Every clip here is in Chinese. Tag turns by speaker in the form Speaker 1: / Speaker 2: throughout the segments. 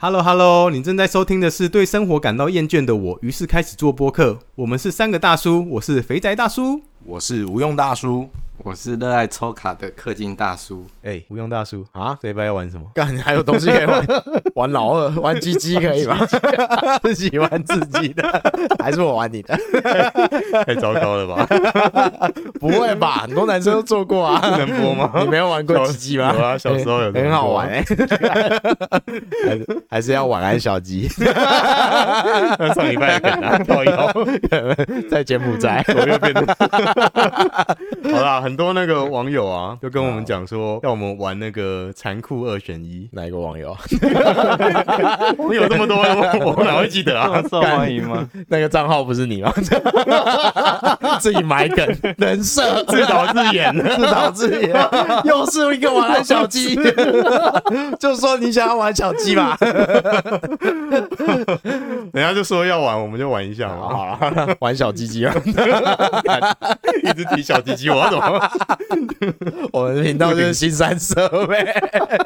Speaker 1: Hello， 你正在收听的是对生活感到厌倦的我，于是开始做播客。我们是三个大叔，我是肥宅大叔，
Speaker 2: 我是无用大叔，
Speaker 3: 我是热爱抽卡的氪金大叔。
Speaker 1: 无用大叔啊，这一拜要玩什么？
Speaker 2: 干，还有东西可以玩？玩老二，玩鸡鸡可以吗？
Speaker 1: 自己玩自己的，
Speaker 2: 还是我玩你的？
Speaker 1: 太糟糕了吧？
Speaker 2: 不会吧？很多男生都做过啊。
Speaker 1: 能播吗？
Speaker 2: 你没有玩过鸡鸡吗？
Speaker 1: 有啊，小时候有、
Speaker 2: 很好玩还是要晚安小鸡。
Speaker 1: 上礼拜的梗啊，靠腰
Speaker 2: 在柬埔寨，
Speaker 1: 我又变得好啦，很多那个网友啊，就跟我们讲说，要我们玩那个残酷2选1。
Speaker 2: 哪一个网友？
Speaker 1: 网友这么多，我哪会记得啊？
Speaker 3: 受欢迎吗？
Speaker 2: 那个账号不是你吗？自己买梗，人设
Speaker 1: 自导自演，
Speaker 2: 自导自演，又是一个晚安小鸡。就说你想要玩小鸡吧。
Speaker 1: 人家就说要玩，我们就玩一下嘛。
Speaker 2: 好了，玩小鸡鸡啊！
Speaker 1: 一直提小鸡鸡，我要怎么？
Speaker 2: 我们的频道就是新三色呗。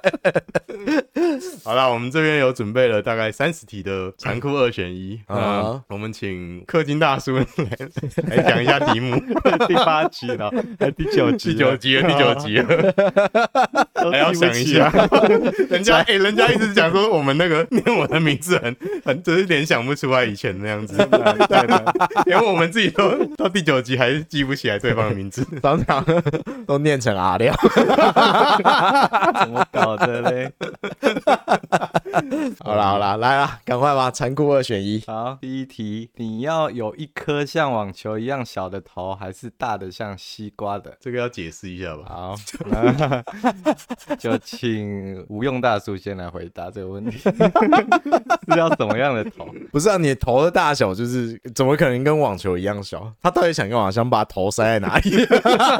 Speaker 1: 好啦，我们这边有准备了大概30题的残酷2选1。我们请氪金大叔来讲一下题目。
Speaker 3: 第8集了，还第9集，
Speaker 1: 第9集了，还要想一下。人家一直讲说我们那个念我的名字很，就是连想不出来以前那样子，连我们自己都到第9集还是记不起来对方的名字，
Speaker 2: 常常都念成阿廖。
Speaker 3: 怎么搞的嘞？
Speaker 2: 好啦，来啦，赶快吧，残酷2选1。
Speaker 3: 好，第1题，你要有一颗像网球一样小的头，还是大的像西瓜的？
Speaker 1: 这个要解释一下吧。
Speaker 3: 好，就请无用大叔先来回答这个问题。是要怎么样的头？
Speaker 2: 不是啊，你的头的大小就是怎么可能跟网球一样小？他到底想干嘛？想把头塞在哪里？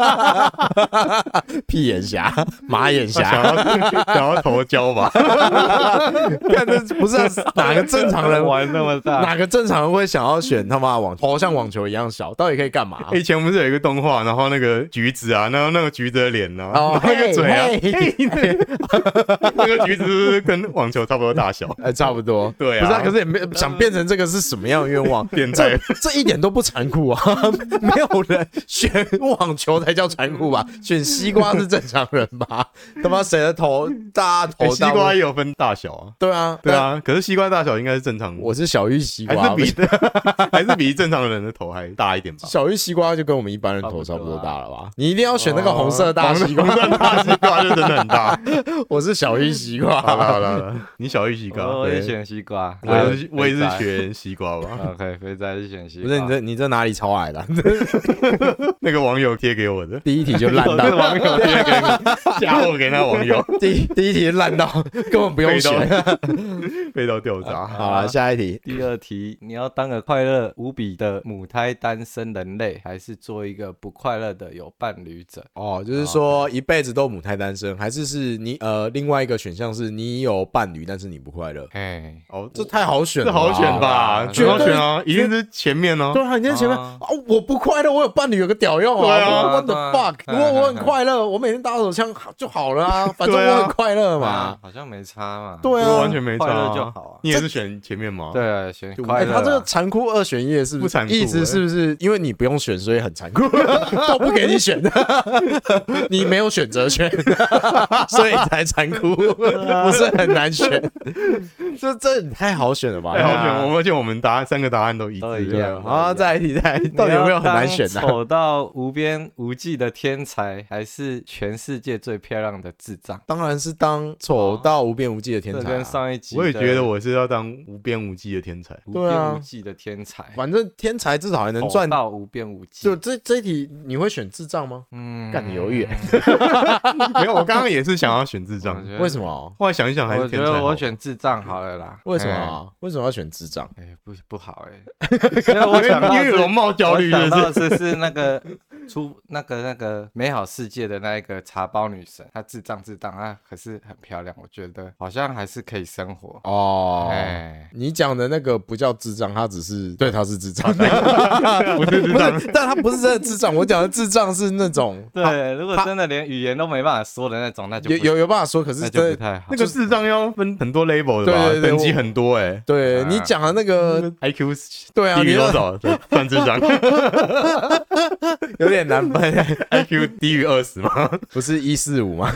Speaker 2: 屁眼侠、马眼侠，
Speaker 1: 想要头胶吧？
Speaker 2: 看这不是、啊、哪个正常人
Speaker 3: 玩那么大？
Speaker 2: 哪个正常人会想要选他妈头像网球一样小？到底可以干嘛？
Speaker 1: 以前不是有一个动画，然后那个橘子啊，然后那个橘子的脸呢、啊，那个嘴啊，那个橘子是不是跟网球差不多大小？
Speaker 2: 差不多。
Speaker 1: 对啊，
Speaker 2: 不是、啊，可是也没想变成这个是什么样的愿望？
Speaker 1: 变态，
Speaker 2: 这一点都不残酷啊！没有人选网球才叫残酷吧？选西瓜是正常人吧？他妈谁的头大头
Speaker 1: 西瓜也有分大小啊？
Speaker 2: 对啊，
Speaker 1: 对啊，可是西瓜大小应该是正常的。
Speaker 2: 我是小玉西瓜，
Speaker 1: 还是比正常人的头还大一点吧？
Speaker 2: 小玉西瓜就跟我们一般人头差不多大了吧？你一定要选那个红色大西瓜，
Speaker 1: 红色大西瓜就真的很大。
Speaker 2: 我是小玉西瓜。
Speaker 1: 好了，你小玉西瓜，
Speaker 3: 我也选西瓜，
Speaker 1: 我也是选西瓜吧。
Speaker 3: OK，肥仔是选西瓜。
Speaker 2: 不是你这哪里抄来的？
Speaker 1: 那个网友贴给我的，
Speaker 2: 第1题就烂到，
Speaker 1: 网友贴给你，嫁祸给那网友。
Speaker 2: 第一题烂到根本不用选，
Speaker 1: 背到掉渣。
Speaker 2: 好了，下一题。
Speaker 3: 第2题，你要当个快乐无比的母胎单身人类，还是做一个不快乐的有伴侣者？
Speaker 2: 哦，就是说一辈子都母胎单身，还是你另外一个选项是你有伴侣，但是你不快乐？这太好选了，
Speaker 1: 这好选吧？最好选啊，一定是前面哦。
Speaker 2: 对啊，你在前面我不快乐，我有伴侣有个屌用啊！
Speaker 1: 对啊
Speaker 2: ，What the fuck？如果我很快乐，我每天打手枪就好了啊，反正我很快乐嘛，
Speaker 3: 好像没差嘛。
Speaker 2: 对啊，
Speaker 1: 完全没差，
Speaker 3: 快乐就好啊。
Speaker 1: 你也是选前面吗？
Speaker 3: 对啊，选快乐。
Speaker 2: 他这个残酷2选1是不是？意思是不是因为你不用选，所以很残酷，都不给你选的，你没有选择权，所以才残酷，不是很难选。这太好选了吧？
Speaker 1: 太好选了，而且我们3个答案都一致。
Speaker 2: 好，再来一题，到底有没有很难选的？
Speaker 3: 丑到无边无际的天才，还是全世界最漂亮的智障？
Speaker 2: 当然是当丑到无边无际的天才。
Speaker 3: 跟上一集，
Speaker 1: 我也觉得我是要当无边无际的天才。
Speaker 3: 无边无际的天才，
Speaker 2: 反正天才至少还能赚
Speaker 3: 到无边无际。
Speaker 2: 就这一题，你会选智障吗？干你犹豫。
Speaker 1: 没有，我刚刚也是想要选智障。
Speaker 2: 为什么？
Speaker 1: 后来想一想，还是天才。
Speaker 3: 我觉得我选智障好了啦。
Speaker 2: 为什么？为什么要选智障？
Speaker 3: 不好因为我想到
Speaker 1: 因为容貌焦虑，
Speaker 3: 我想到是那个出那个美好世界的那一个茶包女神，她智障啊，可是很漂亮，我觉得好像还是可以生活
Speaker 2: 哦。你讲的那个不叫智障，他只是对他是智障，不
Speaker 1: 是智障，
Speaker 2: 但他不是真的智障。我讲的智障是那种
Speaker 3: 对，如果真的连语言都没办法说的那种，那就
Speaker 2: 有办法说，可是
Speaker 3: 那就不太好。
Speaker 1: 那个智障要分很多 level 的吧，等级很多
Speaker 2: 对你讲的那个
Speaker 1: IQ
Speaker 2: 对啊，
Speaker 1: 低于多少算智障？
Speaker 2: 有点难分。
Speaker 1: IQ 低于20吗？
Speaker 2: 不是145吗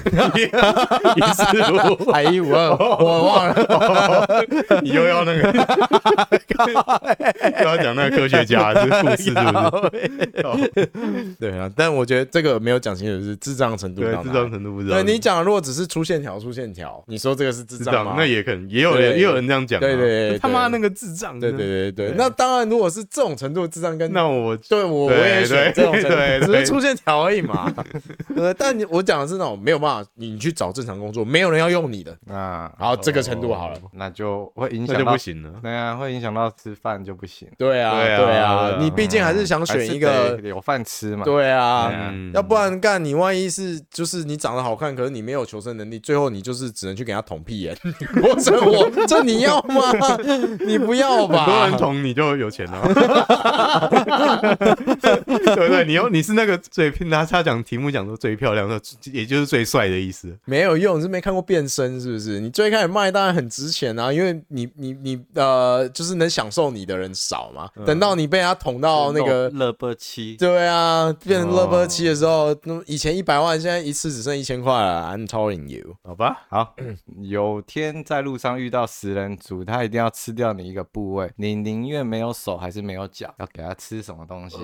Speaker 1: ？145
Speaker 2: 还152，我忘了。
Speaker 1: 你又要那个，又要讲那个科学家是护士，是不
Speaker 2: 是？对啊，但我觉得这个没有讲清楚是智障程度到哪，
Speaker 1: 智障程度不知道。
Speaker 2: 对你讲，如果只是出线条，你说这个是智障吗？
Speaker 1: 那也可能也有人这样讲。
Speaker 2: 对，
Speaker 1: 他妈那个智障。
Speaker 2: 对。那当然，如果是这种程度的智障，
Speaker 1: 那我
Speaker 2: 也选这种程度，只是出线条而已嘛。但我讲的是那种没有办法，你去找正常工作，没有人要用你的啊。然后这个程度好了，
Speaker 3: 那就会影响到，
Speaker 1: 那就不行了。
Speaker 3: 对啊，会影响到吃饭就不行。
Speaker 2: 对啊，你毕竟还是想选一个
Speaker 3: 有饭吃嘛。
Speaker 2: 对啊，要不然干你万一是就是你长得好看，可是你没有求生能力，最后你就是只能去给他捅屁眼。这你要吗？你不要吧？
Speaker 1: 很多人捅你就有钱了，对不对？你是那个他讲题目讲说最漂亮的，也就是最帅的意思。
Speaker 2: 没有用，你是没看过变身是不是？你最开始卖当然很值钱啊，因为你就是能享受你的人少嘛。等到你被他捅到那个
Speaker 3: 乐波7，
Speaker 2: 对啊，变成乐波7的时候，以前100万，现在一次只剩1000块了。I'm telling you，
Speaker 1: 好吧，
Speaker 3: 好。有天在路上遇到食人族，他一定要吃掉你一个部位，你宁愿没有手还是没有脚？要给他吃什么东西？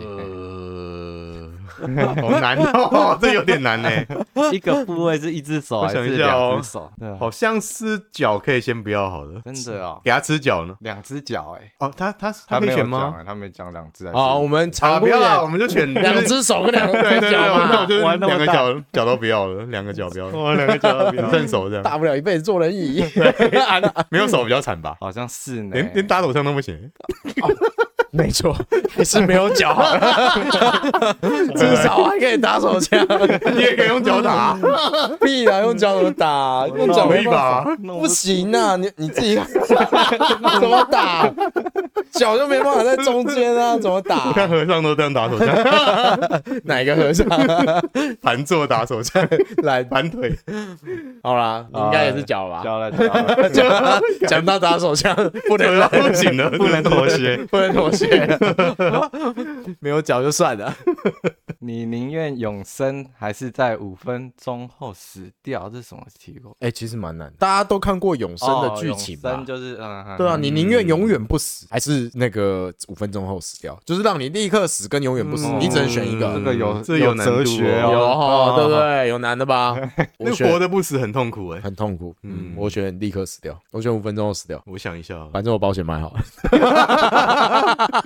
Speaker 1: 好难哦，这有点难呢。
Speaker 3: 一个部位是一只手还是2只手？
Speaker 1: 好像是脚可以先不要好了。
Speaker 3: 真的哦，
Speaker 1: 给他吃脚呢
Speaker 3: ？2只脚
Speaker 1: 哦，他可以选吗？
Speaker 3: 他没讲2只。
Speaker 2: 好，我们
Speaker 1: 不要，我们就选
Speaker 2: 2只手跟2只脚嘛。
Speaker 1: 那我就2个脚都不要了，2个脚不要了，2个脚都不要，剩手这样。
Speaker 2: 大不了一辈子坐轮椅。
Speaker 1: 没有手比较惨吧？
Speaker 3: 好像是呢，
Speaker 1: 连打手枪都不行。
Speaker 2: 没错，还是没有脚，至少还可以打手枪。
Speaker 1: 你也可以用脚打，
Speaker 2: 屁啦，用脚怎么打？用脚
Speaker 1: 可以吧？
Speaker 2: 不行啊，你自己怎么打？脚就没办法在中间啊，怎么打？
Speaker 1: 我看和尚都这样打手枪。
Speaker 2: 哪个和尚？
Speaker 1: 盘坐打手枪，
Speaker 2: 来
Speaker 1: 盘腿。
Speaker 2: 好啦，应该也是脚吧？
Speaker 3: 脚了，
Speaker 2: 讲到打手枪，不能
Speaker 1: 不行了，不能妥协，
Speaker 2: 不能妥协。没有脚就算了。
Speaker 3: 你宁愿永生还是在5分钟后死掉？这是什么题目？
Speaker 2: 其实蛮难。大家都看过永生的剧情吧？
Speaker 3: 永生就是
Speaker 2: 对啊，你宁愿永远不死，还是那个5分钟后死掉？就是让你立刻死跟永远不死，你只能选一个。
Speaker 3: 这有哲学
Speaker 2: 哦，对不对？有难的吧？
Speaker 1: 那活的不死很痛苦
Speaker 2: 很痛苦。我选立刻死掉，我选5分钟后死掉。
Speaker 1: 我想一下，
Speaker 2: 反正我保险买好了。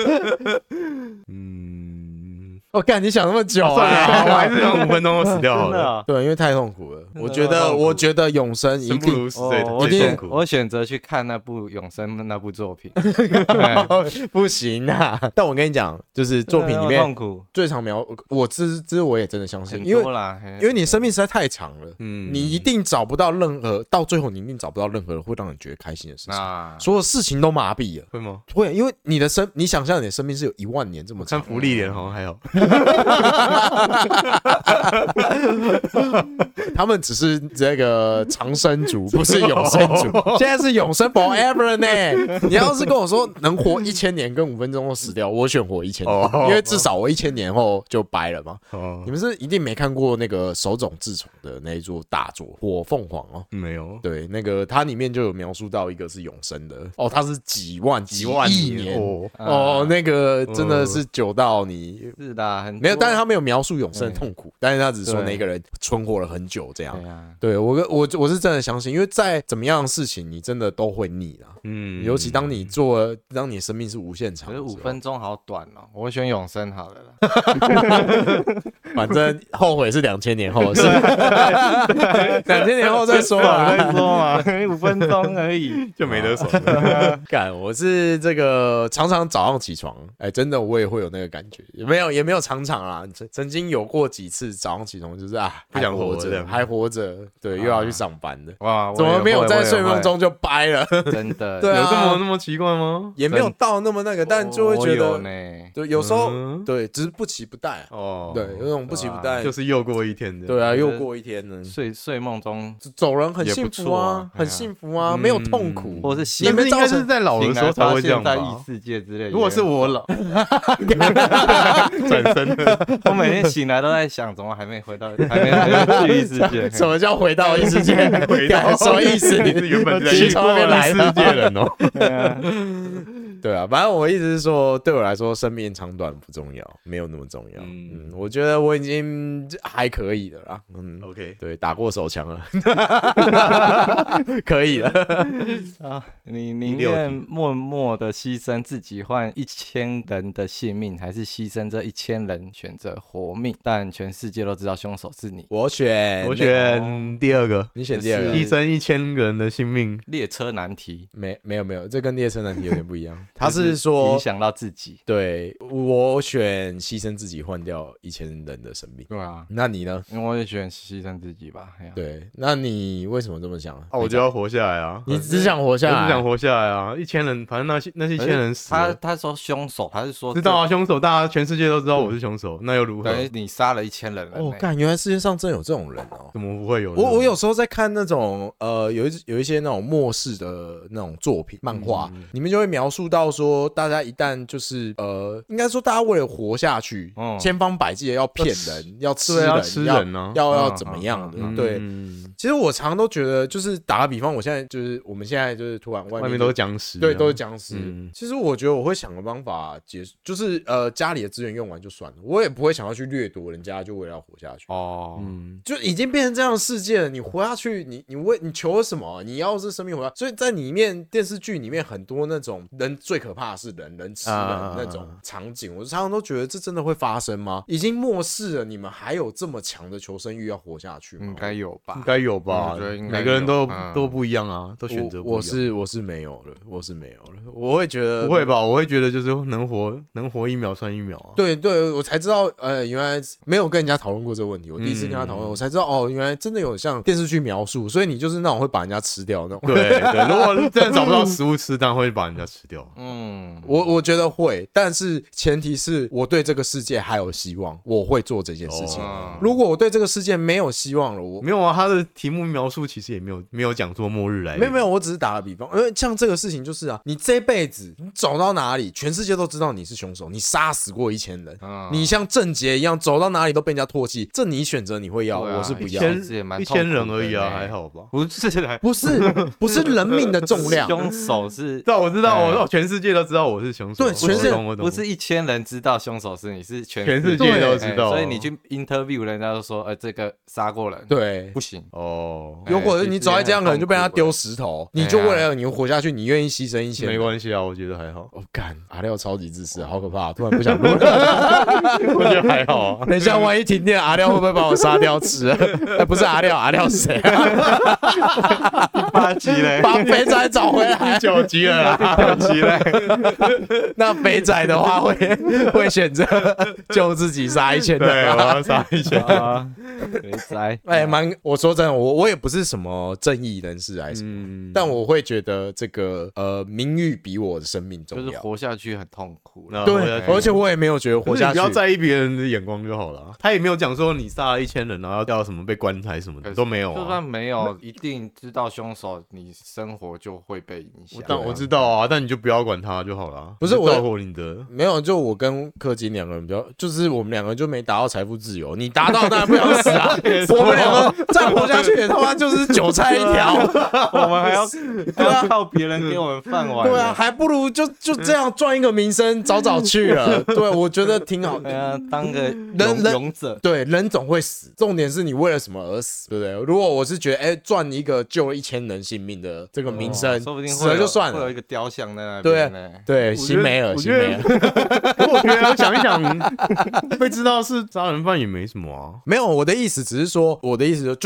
Speaker 2: 我干，你想那么久
Speaker 1: 啊？我还是想5分钟就死掉好了。
Speaker 2: 对，因为太痛苦了。我觉得永生一定
Speaker 1: 最痛苦。
Speaker 3: 我选择去看那部永生那部作品。
Speaker 2: 不行啊！但我跟你讲，就是作品里面
Speaker 3: 痛苦
Speaker 2: 最常我也真的相信，因为你生命实在太长了，你一定找不到到最后你一定找不到任何会让你觉得开心的事情，所有事情都麻痹了。
Speaker 1: 会吗？
Speaker 2: 会，因为你想象你的生命是有1万年这么长。
Speaker 1: 看福利脸好像还好。
Speaker 2: 他们只是这个长生族，不是永生族。现在是永生 forever 呢。你要是跟我说能活1000年跟5分钟后死掉，我选活1000年，因为至少我1000年后就白了嘛。你们是一定没看过那个手冢治虫的那一座大作《火凤凰》哦？
Speaker 1: 没有。
Speaker 2: 对，那个它里面就有描述到一个是永生的哦，它是几万亿年哦，那个真的是久到你
Speaker 3: 是的。
Speaker 2: 没有，但是他没有描述永生的痛苦，但是他只说那个人存活了很久这样。对，我是真的相信，因为再怎么样的事情，你真的都会腻啦。尤其当你生命是无限长，
Speaker 3: 可是5分钟好短哦，我选永生好了啦。
Speaker 2: 反正后悔是2000年后的事，2000年后再说嘛
Speaker 3: ，5分钟而已
Speaker 1: 就没得说。
Speaker 2: 干，我是这个常常早上起床，真的我也会有那个感觉，也没有有常常啦，曾经有过几次早上起床就是
Speaker 1: 不想活
Speaker 2: 着，还活着，对，又要去上班的。
Speaker 3: 哇，
Speaker 2: 怎么没有在睡梦中就掰了？
Speaker 3: 真的，
Speaker 2: 对啊，
Speaker 1: 有那么奇怪吗？
Speaker 2: 也没有到那么那个，但就会觉得，对，有时候对，只是不期不待
Speaker 1: 哦，
Speaker 2: 对，有种不期不待，
Speaker 1: 就是又过一天的。
Speaker 2: 对啊，又过一天呢。
Speaker 3: 睡梦中
Speaker 2: 走人很幸福啊，很幸福啊，没有痛苦，
Speaker 3: 或是
Speaker 1: 你们应该是在老的时候才会这样吧？
Speaker 3: 在异世界之类的。
Speaker 1: 如果是我老转身，
Speaker 3: 我每天醒来都在想，怎么还没回去异世界？
Speaker 2: 什么叫回到异世界？
Speaker 1: 回到
Speaker 2: 什么意思？
Speaker 1: 你是原本在
Speaker 2: 去过
Speaker 1: 异世界人哦。
Speaker 2: 对啊，反正我意思是说，对我来说，生命长短不重要，没有那么重要。我觉得我已经还可以了啦。
Speaker 1: OK，
Speaker 2: 对，打过手枪了，可以了
Speaker 3: 啊！你宁愿默默的牺牲自己换1000人的性命，还是牺牲这1000人选择活命？但全世界都知道凶手是你。
Speaker 2: 我选
Speaker 1: 第二个，
Speaker 2: 你选第二个，
Speaker 1: 牺牲1000个人的性命。
Speaker 3: 列车难题，
Speaker 2: 没有，这跟列车难题有点不一样。他是说
Speaker 3: 影响到自己。
Speaker 2: 对，我选牺牲自己换掉1000人的生命。
Speaker 3: 对啊，
Speaker 2: 那你呢？
Speaker 3: 我也选牺牲自己吧。
Speaker 2: 对，那你为什么这么想啊？
Speaker 1: 我就要活下来啊！
Speaker 2: 你只想活下来，
Speaker 1: 我只想活下来啊！1000人，反正那些1000人死了。
Speaker 3: 他说凶手，他是说
Speaker 1: 知道啊，凶手，大家全世界都知道我是凶手，那又如何？
Speaker 3: 等于你杀了1000人了。
Speaker 2: 干，原来世界上真有这种人哦！
Speaker 1: 怎么不会有？
Speaker 2: 我有时候在看那种有一些那种末世的那种作品漫画，里面就会描述到说，大家一旦就是应该说大家为了活下去，千方百计的要骗人，要吃人，要怎么样的？对，其实我常常都觉得，就是打个比方，我现在就是我们现在就是突然外面
Speaker 1: 都是僵尸，
Speaker 2: 对，都是僵尸。其实我觉得我会想个方法结束，就是家里的资源用完就算了，我也不会想要去掠夺人家，就为了要活下去。就已经变成这样的世界了，你活下去，你求了什么？你要是生命活下去，所以在里面电视剧里面很多那种人最可怕的是人吃人那种场景，我常常都觉得这真的会发生吗？已经末世了，你们还有这么强的求生欲要活下去吗？
Speaker 3: 应该有吧，
Speaker 1: 应该有吧。每个人都不一样啊，都选择不一样。
Speaker 2: 我是没有了，我会觉得
Speaker 1: 不会吧？我会觉得就是能活1秒算1秒啊。
Speaker 2: 对，我才知道原来没有跟人家讨论过这个问题，我第一次跟他讨论，我才知道原来真的有像电视剧描述，所以你就是那种会把人家吃掉那种。
Speaker 1: 对，如果真的找不到食物吃，当然会把人家吃掉。
Speaker 2: 我觉得会，但是前提是我对这个世界还有希望，我会做这件事情。如果我对这个世界没有希望了，我
Speaker 1: 没有啊。他的题目描述其实也没有讲做末日来临。
Speaker 2: 没有，我只是打个比方，因为像这个事情就是啊，你这辈子你走到哪里，全世界都知道你是凶手，你杀死过1000人，你像郑捷一样走到哪里都被人家唾弃，这你选择你会要，我是不要。
Speaker 1: 1000人而已啊，还好吧？
Speaker 2: 不是人命的重量。
Speaker 3: 凶手是，
Speaker 1: 我知道，全世界都知道我是凶手。
Speaker 2: 对，全世界
Speaker 3: 不是1000人知道凶手是你，是全
Speaker 1: 世界都知道。
Speaker 3: 所以你去 interview 人家都说，这个杀过人，
Speaker 2: 对，
Speaker 3: 不行
Speaker 2: 哦。如果你走在这样，可能就被他丢石头，你就为了你活下去，你愿意牺牲1000人？
Speaker 1: 没关系啊，我觉得还好。
Speaker 2: 干，阿廖超级自私，好可怕，突然不想录了。
Speaker 1: 我觉得还好啊。
Speaker 2: 等一下，万一停电，阿廖会不会把我杀掉吃？不是阿廖谁
Speaker 3: ？8集嘞，
Speaker 2: 把肥仔找回来。
Speaker 1: 9集了啦
Speaker 3: ，9集嘞。
Speaker 2: 那肥仔的话会选择救自己杀1000人？
Speaker 1: 对，我要杀1000
Speaker 3: 啊。肥仔，
Speaker 2: 我说真的，我也不是什么正义人士还是什么，但我会觉得这个名誉比我的生命重要。
Speaker 3: 就是活下去很痛苦。
Speaker 2: 对，而且我也没有觉得活下去。
Speaker 1: 你不要在意别人的眼光就好了。他也没有讲说你杀了1000人，然后要什么被关台什么的都没有。
Speaker 3: 就算没有，一定知道凶手，你生活就会被影响。
Speaker 1: 我知道啊，但你就不要管他就好了。
Speaker 2: 不是我
Speaker 1: 照顾你的，
Speaker 2: 没有，就我跟柯金2个人比较，就是我们2个就没达到财富自由。你达到当然不想死啊，我们2个再活下去也他妈就是韭菜一条。
Speaker 3: 我们还要靠别人给我们饭碗。
Speaker 2: 对啊，还不如就这样赚一个名声，早去了。对，我觉得挺好的。
Speaker 3: 当个勇者。
Speaker 2: 对，人总会死，重点是你为了什么而死，对不对？如果我是觉得，赚一个救了1000人性命的这个名声，
Speaker 3: 说不定
Speaker 2: 死了就算了，
Speaker 3: 会有一个雕像在那边。
Speaker 2: 对，辛梅尔。
Speaker 1: 我觉得想一想，被知道是杀人犯也没什么啊。
Speaker 2: 没有，我的意思只是说，就算不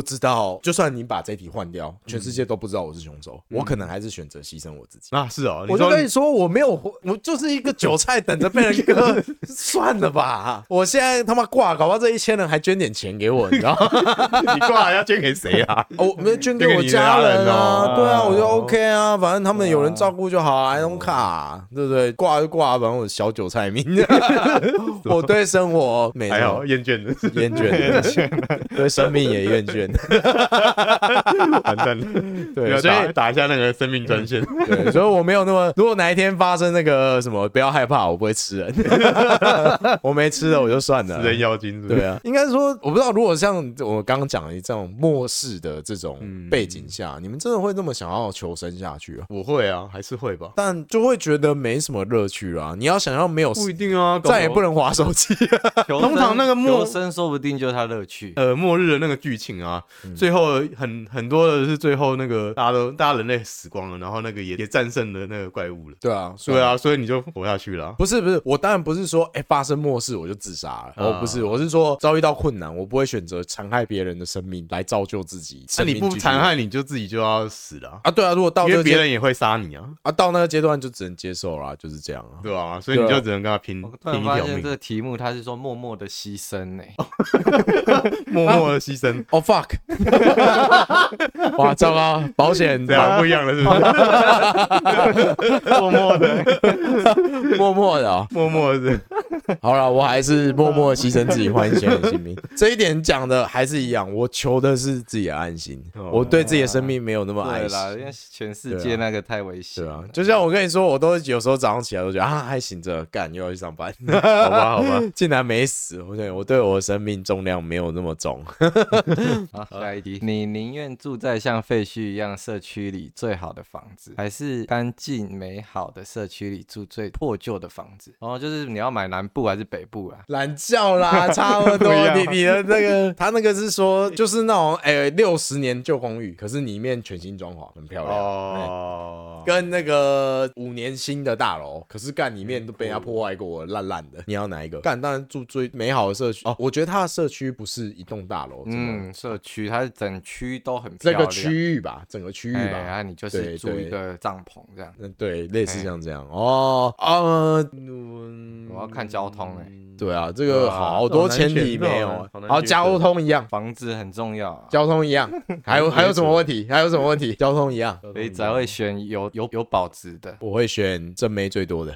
Speaker 2: 知道，就算你把这题换掉，全世界都不知道我是凶手，我可能还是选择牺牲我自己。
Speaker 1: 啊，是哦，
Speaker 2: 我就跟你说，我没有，我就是一个韭菜，等着被人割，算了吧。我现在他妈挂，搞不好这1000人还捐点钱给我，你知道吗？
Speaker 1: 你挂了要捐给谁啊？
Speaker 2: 我没有捐给我家人啊，对啊，我就 OK 啊，反正他们有人照顾就好啊 ，I don't care，对不对？挂就挂，反正我小韭菜命，我对生活没
Speaker 1: 还好厌倦了，
Speaker 2: 厌倦了，对生命也厌倦，
Speaker 1: 完蛋了。对，所以打一下那个生命专线。
Speaker 2: 对，所以我没有那么，如果哪一天发生那个什么，不要害怕，我不会吃人，我没吃的我就算了。
Speaker 1: 食人妖精是不是？
Speaker 2: 对啊，应该说我不知道，如果像我刚刚讲的这种末世的这种背景下，你们真的会那么想要求生下去啊？
Speaker 1: 我会啊，还是会吧，
Speaker 2: 但就会觉得没什么乐趣啊。你要想要没有，
Speaker 1: 不一定啊，
Speaker 2: 再也不能滑手机啊。
Speaker 1: 通常那个
Speaker 3: 求生说不定就是他乐趣。
Speaker 1: 末日的那个剧情啊，最后很多的是最后那个大家人类死光了，然后那个也战胜了那个怪物了。
Speaker 2: 对啊，
Speaker 1: 对啊，所以你就活下去了。
Speaker 2: 不是，我当然不是说发生末世我就自杀了，我不是，我是说遭遇到困难，我不会选择残害别人的生命来造就自己。
Speaker 1: 那你不残害，你就自己就要死了
Speaker 2: 啊？对啊，如果到
Speaker 1: 因为别人也会杀你啊。
Speaker 2: 到那个阶段就只能接受啦，就是这样啊。
Speaker 1: 对啊，所以你就只能跟他拼
Speaker 3: 我突然发现这个题目他是说默默的牺牲呢，
Speaker 1: 默默的牺牲。
Speaker 2: Oh fuck！ 哇，糟糕，保险
Speaker 1: 这样不一样了，是不是？默默的，
Speaker 2: 默默的啊，
Speaker 1: 默默的。
Speaker 2: 好了，我还是默默的牺牲自己，换1,000人性命。这一点讲的还是一样，我求的是自己的安心，我对自己的生命没有那么爱惜。
Speaker 3: 对啦，因为全世界那个太危险。
Speaker 2: 对啊，就像我跟你说，我都有时候早上起来都觉得还醒着，干又要去上班。
Speaker 1: 好吧，
Speaker 2: 竟然没死。我对我的生命重量没有那么重。
Speaker 3: 好，下一题，你宁愿住在像废墟一样社区里最好的房子，还是干净美好的社区里住最破旧的房子？然后就是你要买南部还是北部啦？
Speaker 2: 懒觉啦，差不多。你的那个，他那个是说，就是那种60年旧公寓，可是里面全新装潢，很漂亮。哦，跟那个5年新的大楼，可是干里面都被人家破坏过，烂烂的。你要哪一个？干当然住最美好的社区。我觉得它的社区不是一栋大楼，
Speaker 3: 社区它是整区都很漂亮。
Speaker 2: 这个区域吧，整个区域吧，
Speaker 3: 然后你就是住一个帐篷这样。
Speaker 2: 对，类似像这样。我
Speaker 3: 要看交通
Speaker 2: 对啊，这个好多前提没有。好，交通一样，
Speaker 3: 房子很重要。
Speaker 2: 交通一样，还有什么问题？还有什么问题？交通一样，
Speaker 3: 所以才会选有保值的。
Speaker 2: 我会选正妹最多的。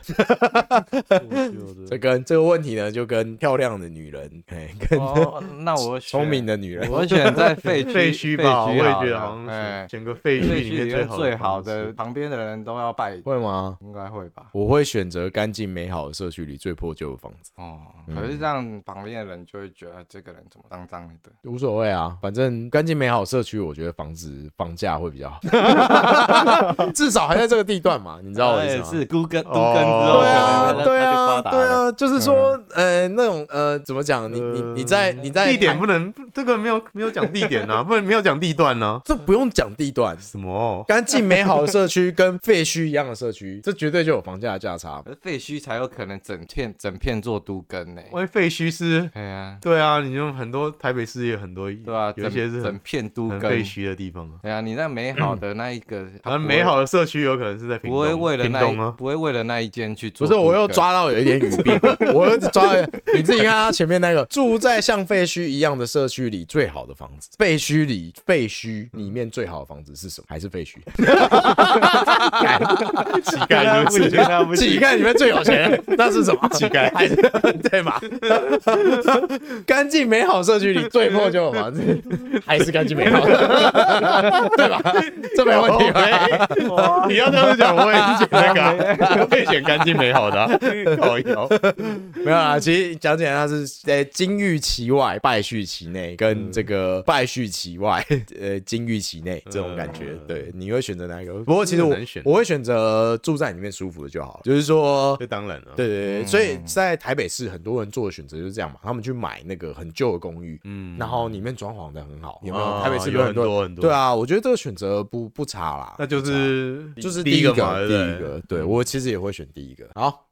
Speaker 2: 这个问题呢，就跟漂亮的女人，
Speaker 3: 那我
Speaker 2: 聪明的女人，
Speaker 3: 我选在废
Speaker 1: 墟吧。我也觉得好像选个废墟里面
Speaker 3: 最好的，旁边的人都要拜。
Speaker 2: 会吗？
Speaker 3: 应该会吧。
Speaker 2: 我会选择干净美好的社区里最破旧的房子。
Speaker 3: 可是这样旁边的人就会觉得这个人怎么脏脏的。
Speaker 2: 无所谓啊，反正干净美好的社区，我觉得房价会比较好，至少还在这个地段嘛，你知道我意思吗？
Speaker 3: 是都更之后，
Speaker 2: 对啊，就是说，那种怎么讲？你在
Speaker 1: 地点不能，这个没有讲地点啊，不能没有讲地段呢，
Speaker 2: 这不用讲地段，
Speaker 1: 什么
Speaker 2: 干净美好的社区跟废墟一样的社区，这绝对就有房价的价差。
Speaker 3: 可是废墟才有可能整片做都更呢，
Speaker 1: 因为废墟是，对啊，你就很多台北市也有很多，
Speaker 3: 对啊，
Speaker 1: 有一些是
Speaker 3: 整片都更
Speaker 1: 废墟的地方啊。
Speaker 3: 对啊，你那美好的那一个，
Speaker 1: 美好的社区有可能是在屏东，
Speaker 3: 不会为了那一间去做。
Speaker 2: 不是，我又抓到有一点语病，我又抓到，你自己看他前面那个，住在像废墟一样的社区里最好的房子，废墟里面最好的房子是什么？还是废墟？
Speaker 1: 乞丐不行，
Speaker 2: 乞丐里面最有钱，那是什么？乞丐，对吧？干净美好社区里最破旧的房子，还是干净美好的，对吧？这没问题吧？
Speaker 1: 你要这样讲，我也是选那个，我也选干净美好的。靠腰，
Speaker 2: 没有啦，其实讲起来，它是金玉其外，败絮其内，跟这个败絮其外，金玉其内这种感觉。对，你会选择哪一个？不过其实我会选择住在里面舒服的就好，就是说，
Speaker 1: 这当然了，
Speaker 2: 对，所以在台北市很多人做的选择就是这样嘛，他们去买那个很旧的公寓，然后里面装潢的很好，有没有？台北市有很多，对啊，我觉得这个选择不差啦，
Speaker 1: 那就是
Speaker 2: 第一个嘛，
Speaker 1: 第一个，
Speaker 2: 对我其实也会选第一个。好。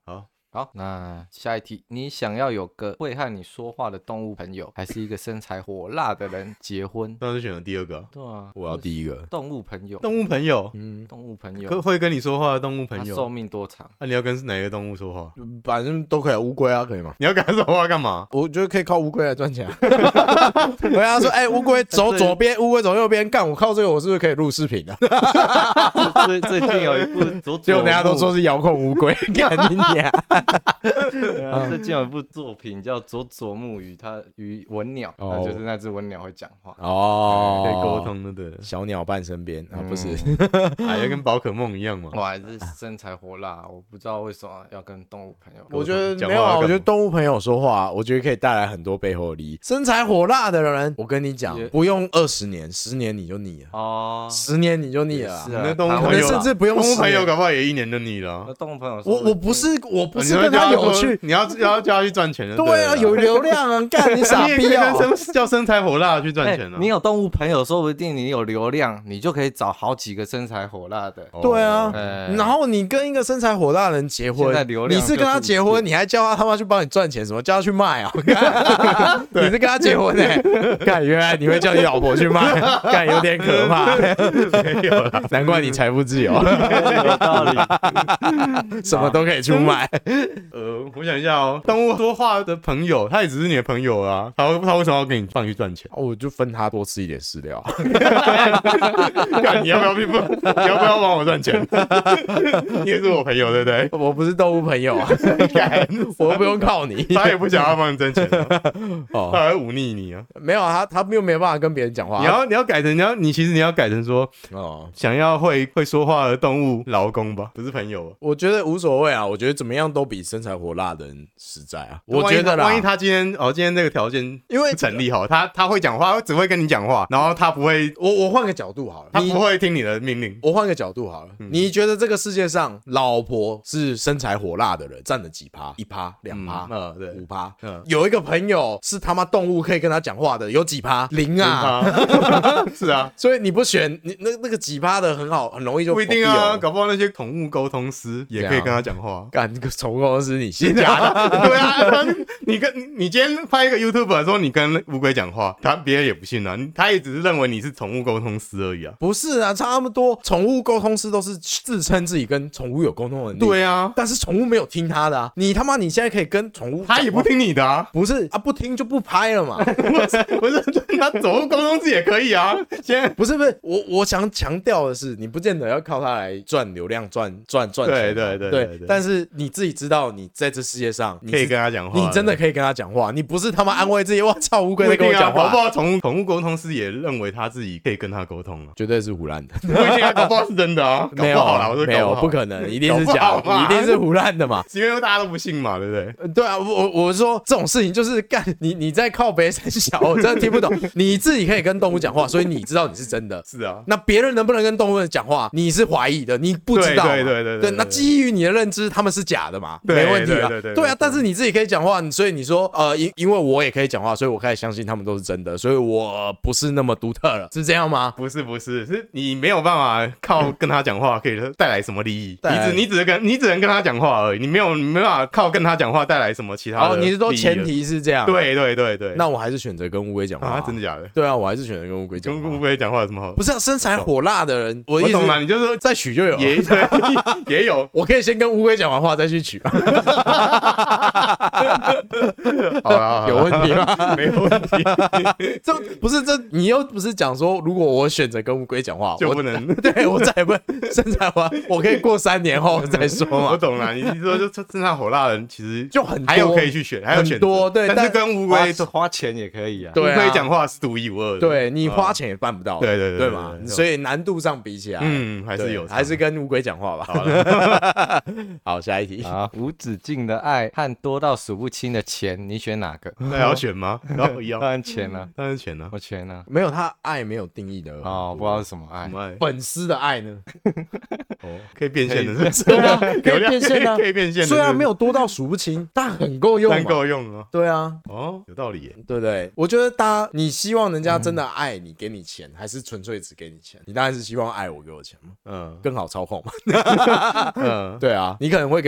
Speaker 3: 好，那下一题，你想要有个会和你说话的动物朋友，还是一个身材火辣的人结婚？
Speaker 1: 当然是选了第二个。
Speaker 3: 对啊，
Speaker 2: 我要第一个。
Speaker 3: 动物朋友，
Speaker 1: 动物朋友，
Speaker 3: 动物朋友
Speaker 1: 会跟你说话的动物朋友，
Speaker 3: 寿命多长？
Speaker 1: 那你要跟哪一个动物说话？
Speaker 2: 反正都可以，乌龟啊，可以吗？
Speaker 1: 你要跟他说话干嘛？
Speaker 2: 我觉得可以靠乌龟来赚钱。我跟他说，乌龟走左边，乌龟走右边，干我靠这个，我是不是可以录视频啊？
Speaker 3: 最近有一部
Speaker 2: 结果大家都说是遥控乌龟，干你娘！
Speaker 3: 最近有一部作品叫《佐佐木与文鸟》，就是那只文鸟会讲话
Speaker 2: 哦，
Speaker 1: 可以沟通的，对。
Speaker 2: 小鸟伴身边啊，不是，
Speaker 1: 还要跟宝可梦一样嘛？
Speaker 3: 我还是身材火辣，我不知道为什么要跟动物朋友。
Speaker 2: 我觉得没有啊，我觉得动物朋友说话，我觉得可以带来很多背后的利益。身材火辣的人，我跟你讲，不用20年，10年你就腻了哦，10年你就腻了。
Speaker 3: 是啊，
Speaker 1: 那动物朋友
Speaker 2: 甚至不用
Speaker 1: 动物朋友，搞不好也1年就腻了。
Speaker 3: 那动物朋友，
Speaker 2: 我不是跟他有趣，
Speaker 1: 你要叫他去赚钱的。
Speaker 2: 对啊，有流量啊，干你傻逼啊！
Speaker 1: 叫身材火辣去赚钱啊！
Speaker 3: 你有动物朋友，说不定你有流量，你就可以找好几个身材火辣的。
Speaker 2: 对啊，然后你跟一个身材火辣的人结婚，你是跟他结婚，你还叫他妈去帮你赚钱，什么叫他去卖啊？你是跟他结婚干原来你会叫你老婆去卖，干有点可怕。没有啦，难怪你财富自由，
Speaker 3: 有道理，
Speaker 2: 什么都可以出卖。
Speaker 1: 我想一下哦，动物说话的朋友，他也只是你的朋友啊，他为什么要给你放你去赚钱？
Speaker 2: 我就分他多吃一点饲料。
Speaker 1: 干，你要不要帮我赚钱？你也是我朋友，对不对？
Speaker 2: 我不是动物朋友啊，我不用靠你，
Speaker 1: 他也不想要帮你挣钱啊，他还会忤逆你啊。
Speaker 2: 没有啊，他又没有办法跟别人讲话。
Speaker 1: 你要改成其实你要改成说想要会说话的动物劳工吧，不是朋友。
Speaker 2: 我觉得无所谓啊，我觉得怎么样都比身材火辣的人实在啊。我觉得啦，
Speaker 1: 万一他今天这个条件因为不成立他会讲话，只会跟你讲话，然后他不会，
Speaker 2: 我换个角度好了，
Speaker 1: 他不会听你的命令。
Speaker 2: 我换个角度好了，你觉得这个世界上老婆是身材火辣的人占了几趴？1%、2%、
Speaker 1: 对
Speaker 2: 5%。有一个朋友是他妈动物可以跟他讲话的，有几趴？0啊！
Speaker 1: 是啊，
Speaker 2: 所以你不选你那个几趴的很好，很容易就
Speaker 1: 不一定啊，搞不好那些宠物沟通师也可以跟他讲话。
Speaker 2: 干那个宠物沟通师，你信假的？
Speaker 1: 对啊，你今天拍一个 YouTuber 说你跟乌龟讲话，别人也不信啊，他也只是认为你是宠物沟通师而已啊。
Speaker 2: 不是啊，差那么多，宠物沟通师都是自称自己跟宠物有沟通能力。
Speaker 1: 对啊，
Speaker 2: 但是宠物没有听他的啊。你他妈你现在可以跟宠物，
Speaker 1: 他也不听你的啊。
Speaker 2: 不是啊，不听就不拍了嘛。
Speaker 1: 不是，他宠物沟通师也可以啊。现在
Speaker 2: 不是，我想强调的是，你不见得要靠它来赚流量、赚钱。对。但是你自己知道，你在这世界上
Speaker 1: 可以跟他讲话，
Speaker 2: 你真的可以跟他讲话。你不是他妈安慰自己，哇操，乌龟在跟我讲话。
Speaker 1: 搞不好宠物沟通师也认为他自己可以跟他沟通啊，
Speaker 2: 绝对是胡乱的。
Speaker 1: 不一定啊，搞不好是真的啊。
Speaker 2: 没有啦，没有，不可能，一定是假的，一定是胡乱的嘛。
Speaker 1: 因为大家都不信嘛，对不对？
Speaker 2: 对啊，我说这种事情就是干你在靠北三小，我真的听不懂。你自己可以跟动物讲话，所以你知道你是真的。
Speaker 1: 是啊，
Speaker 2: 那别人能不能跟动物讲话，你是怀疑的，你不知道。对，那基于你的认知，他们是假的嘛，没问题啊。对啊，但是你自己可以讲话，所以你说因为我也可以讲话，所以我开始相信他们都是真的，所以我不是那么独特了，是这样吗？
Speaker 1: 不是，是你没有办法靠跟他讲话可以带来什么利益，你只能跟他讲话而已，你没办法靠跟他讲话带来什么其他的利益。
Speaker 2: 你是说前提是这样？
Speaker 1: 对。
Speaker 2: 那我还是选择跟乌龟讲话。
Speaker 1: 真的假的？
Speaker 2: 对啊，我还是选择跟乌龟讲话。
Speaker 1: 跟乌龟讲话有什么好？
Speaker 2: 不是啊，身材火辣的人，我
Speaker 1: 懂了，你就说
Speaker 2: 再娶就有，
Speaker 1: 也有，
Speaker 2: 我可以先跟乌龟讲完话再去娶。
Speaker 1: 好啦，
Speaker 2: 有问题吗？
Speaker 1: 没有问题。
Speaker 2: 这不是你又不是讲说，如果我选择跟乌龟讲话，
Speaker 1: 就不能
Speaker 2: 对我再也不身材火，我可以过3年后再说嘛。
Speaker 1: 我懂了，你说就身材火辣的人其实
Speaker 2: 就很多，
Speaker 1: 还有可以去选，还有选
Speaker 2: 多对，
Speaker 1: 但是跟乌龟
Speaker 3: 花钱也可以啊。
Speaker 1: 乌龟讲话是独一无二的，
Speaker 2: 对你花钱也办不到，
Speaker 1: 对
Speaker 2: 嘛，所以难度上比起来，
Speaker 1: 还是有，
Speaker 2: 还是跟乌龟讲话吧。好，下一题
Speaker 3: 啊，无止境的爱和多到数不清的钱，你选哪个？
Speaker 1: 那要选吗？然后
Speaker 3: 当然钱啊，
Speaker 1: 当然钱啊，
Speaker 3: 我钱啊。
Speaker 2: 没有，他爱没有定义的
Speaker 3: 哦，不知道是什么爱，
Speaker 2: 粉丝的爱呢？
Speaker 1: 可以变现的，
Speaker 2: 可以变现啊，
Speaker 1: 可以变现。
Speaker 2: 虽然没有多到数不清，但很够用，
Speaker 1: 很够用啊。
Speaker 2: 对啊，
Speaker 1: 有道理耶，
Speaker 2: 对不对？我觉得你希望人家真的爱你，给你钱，还是纯粹只给你钱？你当然是希望爱我，给我钱嘛，更好操控嘛。对啊，你可能会给我钱，但你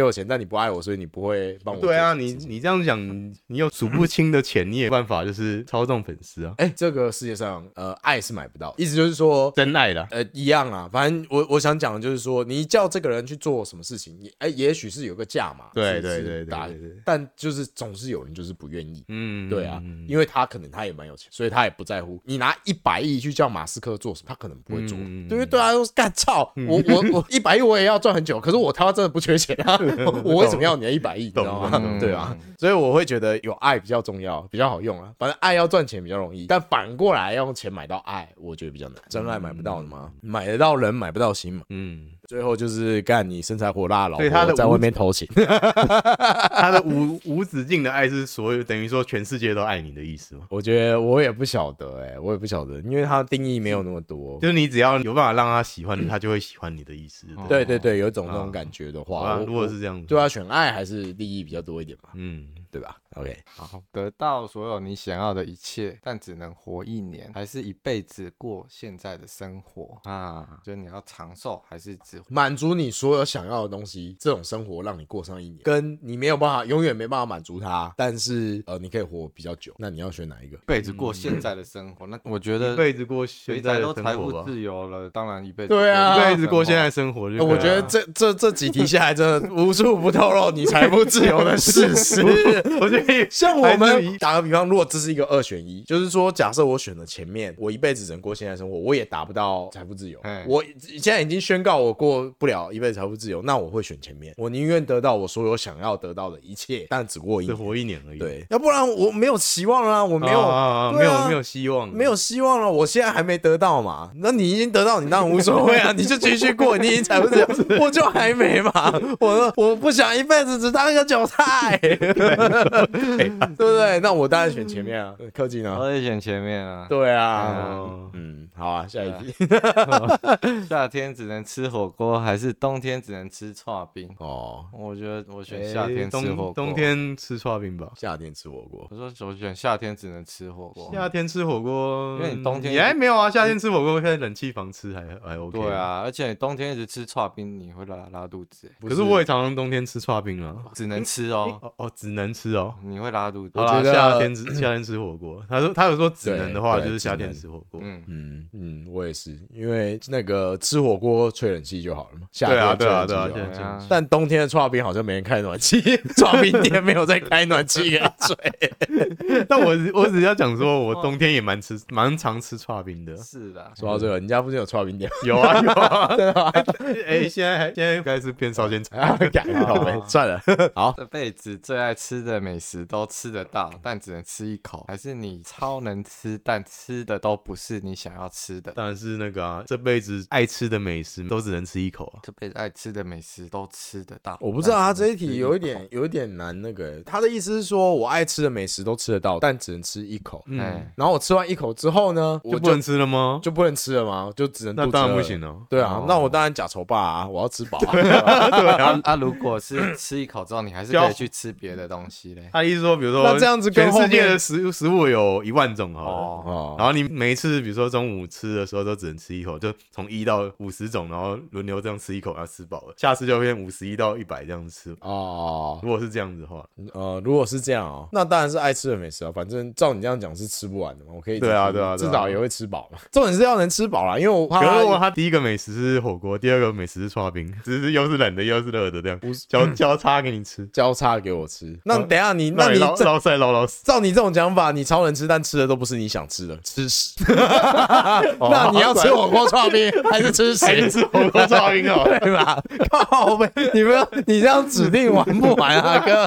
Speaker 2: 不爱我，所以你不会帮我。
Speaker 1: 对啊，你这样讲，你有数不清的钱，你也有办法就是操纵粉丝啊。
Speaker 2: 这个世界上爱是买不到，意思就是说
Speaker 1: 真爱啦，
Speaker 2: 一样啊。反正我想讲的就是说，你叫这个人去做什么事情，也许是有个价嘛，
Speaker 1: 对，
Speaker 2: 但就是总是有人就是不愿意，对啊，因为他可能他也蛮有钱，所以他也不在乎。你拿100亿去叫马斯克做什么，他可能不会做，对，因为对他说干操，我100亿我也要赚很久，可是他真的不缺钱啊，我为什么要你的100亿，你知道吗？对啊，所以我会觉得有爱比较重要，比较好用啊。反正爱要赚钱比较容易，但反过来要用钱买到爱，我觉得比较难。真爱买不到的吗？买得到人，买不到心嘛。最后就是干你身材火辣的老婆在外面偷情，
Speaker 1: 他的无止境的爱是所有等于说全世界都爱你的意思吗？
Speaker 2: 我觉得我也不晓得我也不晓得，因为他的定义没有那么多，
Speaker 1: 就是你只要有办法让他喜欢你，他就会喜欢你的意思。
Speaker 2: 对，有一种那种感觉的话，
Speaker 1: 如果是这样子，
Speaker 2: 对啊，选爱还是利益比较多一点嘛，对吧 ？OK，
Speaker 3: 好，得到所有你想要的一切，但只能活1年，还是一辈子过现在的生活啊？就你要长寿，还是只
Speaker 2: 满足你所有想要的东西，这种生活让你过上1年，跟你没有办法，永远没办法满足它，但是你可以活比较久，那你要选哪一个？
Speaker 3: 一辈子过现在的生活，那我觉得
Speaker 1: 一辈子过现在的生活吧，
Speaker 3: 都财富自由了，当然一辈子
Speaker 2: 对啊，
Speaker 1: 一辈子过现在的生活就。
Speaker 2: 我觉得这几题下来，真的无处不透露你财富自由的事实。
Speaker 1: 我觉得
Speaker 2: 像我们打个比方，如果这是一个2选1，就是说，假设我选了前面，我一辈子只能过现在生活，我也达不到财富自由。我现在已经宣告我过不了一辈子财富自由，那我会选前面。我宁愿得到我所有想要得到的一切，但只过1年，
Speaker 1: 只活1年而已。
Speaker 2: 对，要不然我没有希望啦，我没有
Speaker 1: 没有希望，
Speaker 2: 没有希望了。我现在还没得到嘛，那你已经得到，你当然无所谓啊，你就继续过，你已经财富自由，我就还没嘛。我不想一辈子只当一个韭菜。对不对？那我当然选前面啊，柯基呢？
Speaker 3: 我也选前面啊。
Speaker 2: 对啊，好啊，下一题。
Speaker 3: 夏天只能吃火锅，还是冬天只能吃剉冰？我觉得我选夏天吃火锅，
Speaker 1: 冬天吃剉冰吧。
Speaker 2: 夏天吃火锅，
Speaker 3: 我说我选夏天只能吃火锅。
Speaker 1: 夏天吃火锅，
Speaker 3: 因为你冬天
Speaker 1: 也还没有啊。夏天吃火锅，在冷气房吃还 OK。
Speaker 3: 对啊，而且你冬天一直吃剉冰，你会拉肚子。
Speaker 1: 可是我也常常冬天吃剉冰啊，
Speaker 3: 只能吃哦。
Speaker 1: 只能吃哦，
Speaker 3: 你会拉肚子。
Speaker 1: 好啦，夏天吃火锅。他有说只能的话，就是夏天吃火锅。
Speaker 2: 我也是，因为那个吃火锅吹冷气就好了嘛。
Speaker 1: 对啊。
Speaker 2: 但冬天的剉冰好像没人开暖气，剉冰店没有在开暖气给吹。
Speaker 1: 但我只要讲说，我冬天也蛮常吃剉冰的。
Speaker 3: 是的，
Speaker 2: 说到这个，你家附近有剉冰店？
Speaker 1: 有啊，真的吗？现在应该是变烧仙菜，
Speaker 2: 算了。好，
Speaker 3: 这辈子最爱吃的美食都吃得到，但只能吃1口，还是你超能吃，但吃的都不是你想要吃的？
Speaker 1: 当然是那个啊，这辈子爱吃的美食都只能吃1口啊。
Speaker 3: 这辈子爱吃的美食都吃得到。
Speaker 2: 我不知道他这一题有一点难。那个他的意思是说，我爱吃的美食都吃得到，但只能吃1口。然后我吃完1口之后呢，
Speaker 1: 就不能吃了吗？
Speaker 2: 就不能吃了吗？就只能
Speaker 1: 那当然不行哦。
Speaker 2: 对啊，那我当然假丑霸啊，我要吃饱啊。
Speaker 3: 对啊，如果是吃1口之后，你还是可以去吃别的东西嘞。
Speaker 1: 他意思说，比如说，
Speaker 2: 那这样子
Speaker 1: 全世界的食物有1万种好
Speaker 2: 了，
Speaker 1: 然后你每一次，比如说中午吃的时候都只能吃1口，就从1到50种，然后轮流这样吃1口，然后吃饱了，下次就变51到100这样吃。如果是这样子的话，
Speaker 2: 如果是这样那当然是爱吃的美食啊。反正照你这样讲是吃不完的嘛，我可以
Speaker 1: 对啊，
Speaker 2: 至少也会吃饱嘛。重点是要能吃饱啦，因为我怕
Speaker 1: 可是他第一个美食是火锅，第二个美食是剉冰，只是又是冷的又是热的这样交叉给你吃，
Speaker 2: 交叉给我吃。那等一下你
Speaker 1: 捞菜捞死。
Speaker 2: 照你这种讲法，你超能吃，但吃的都不是你想吃的，吃屎。那你要吃火锅剉冰还是吃屎？
Speaker 1: 还是吃火锅剉冰哦，
Speaker 2: 对吧？靠北，你这样指定玩不完啊，哥，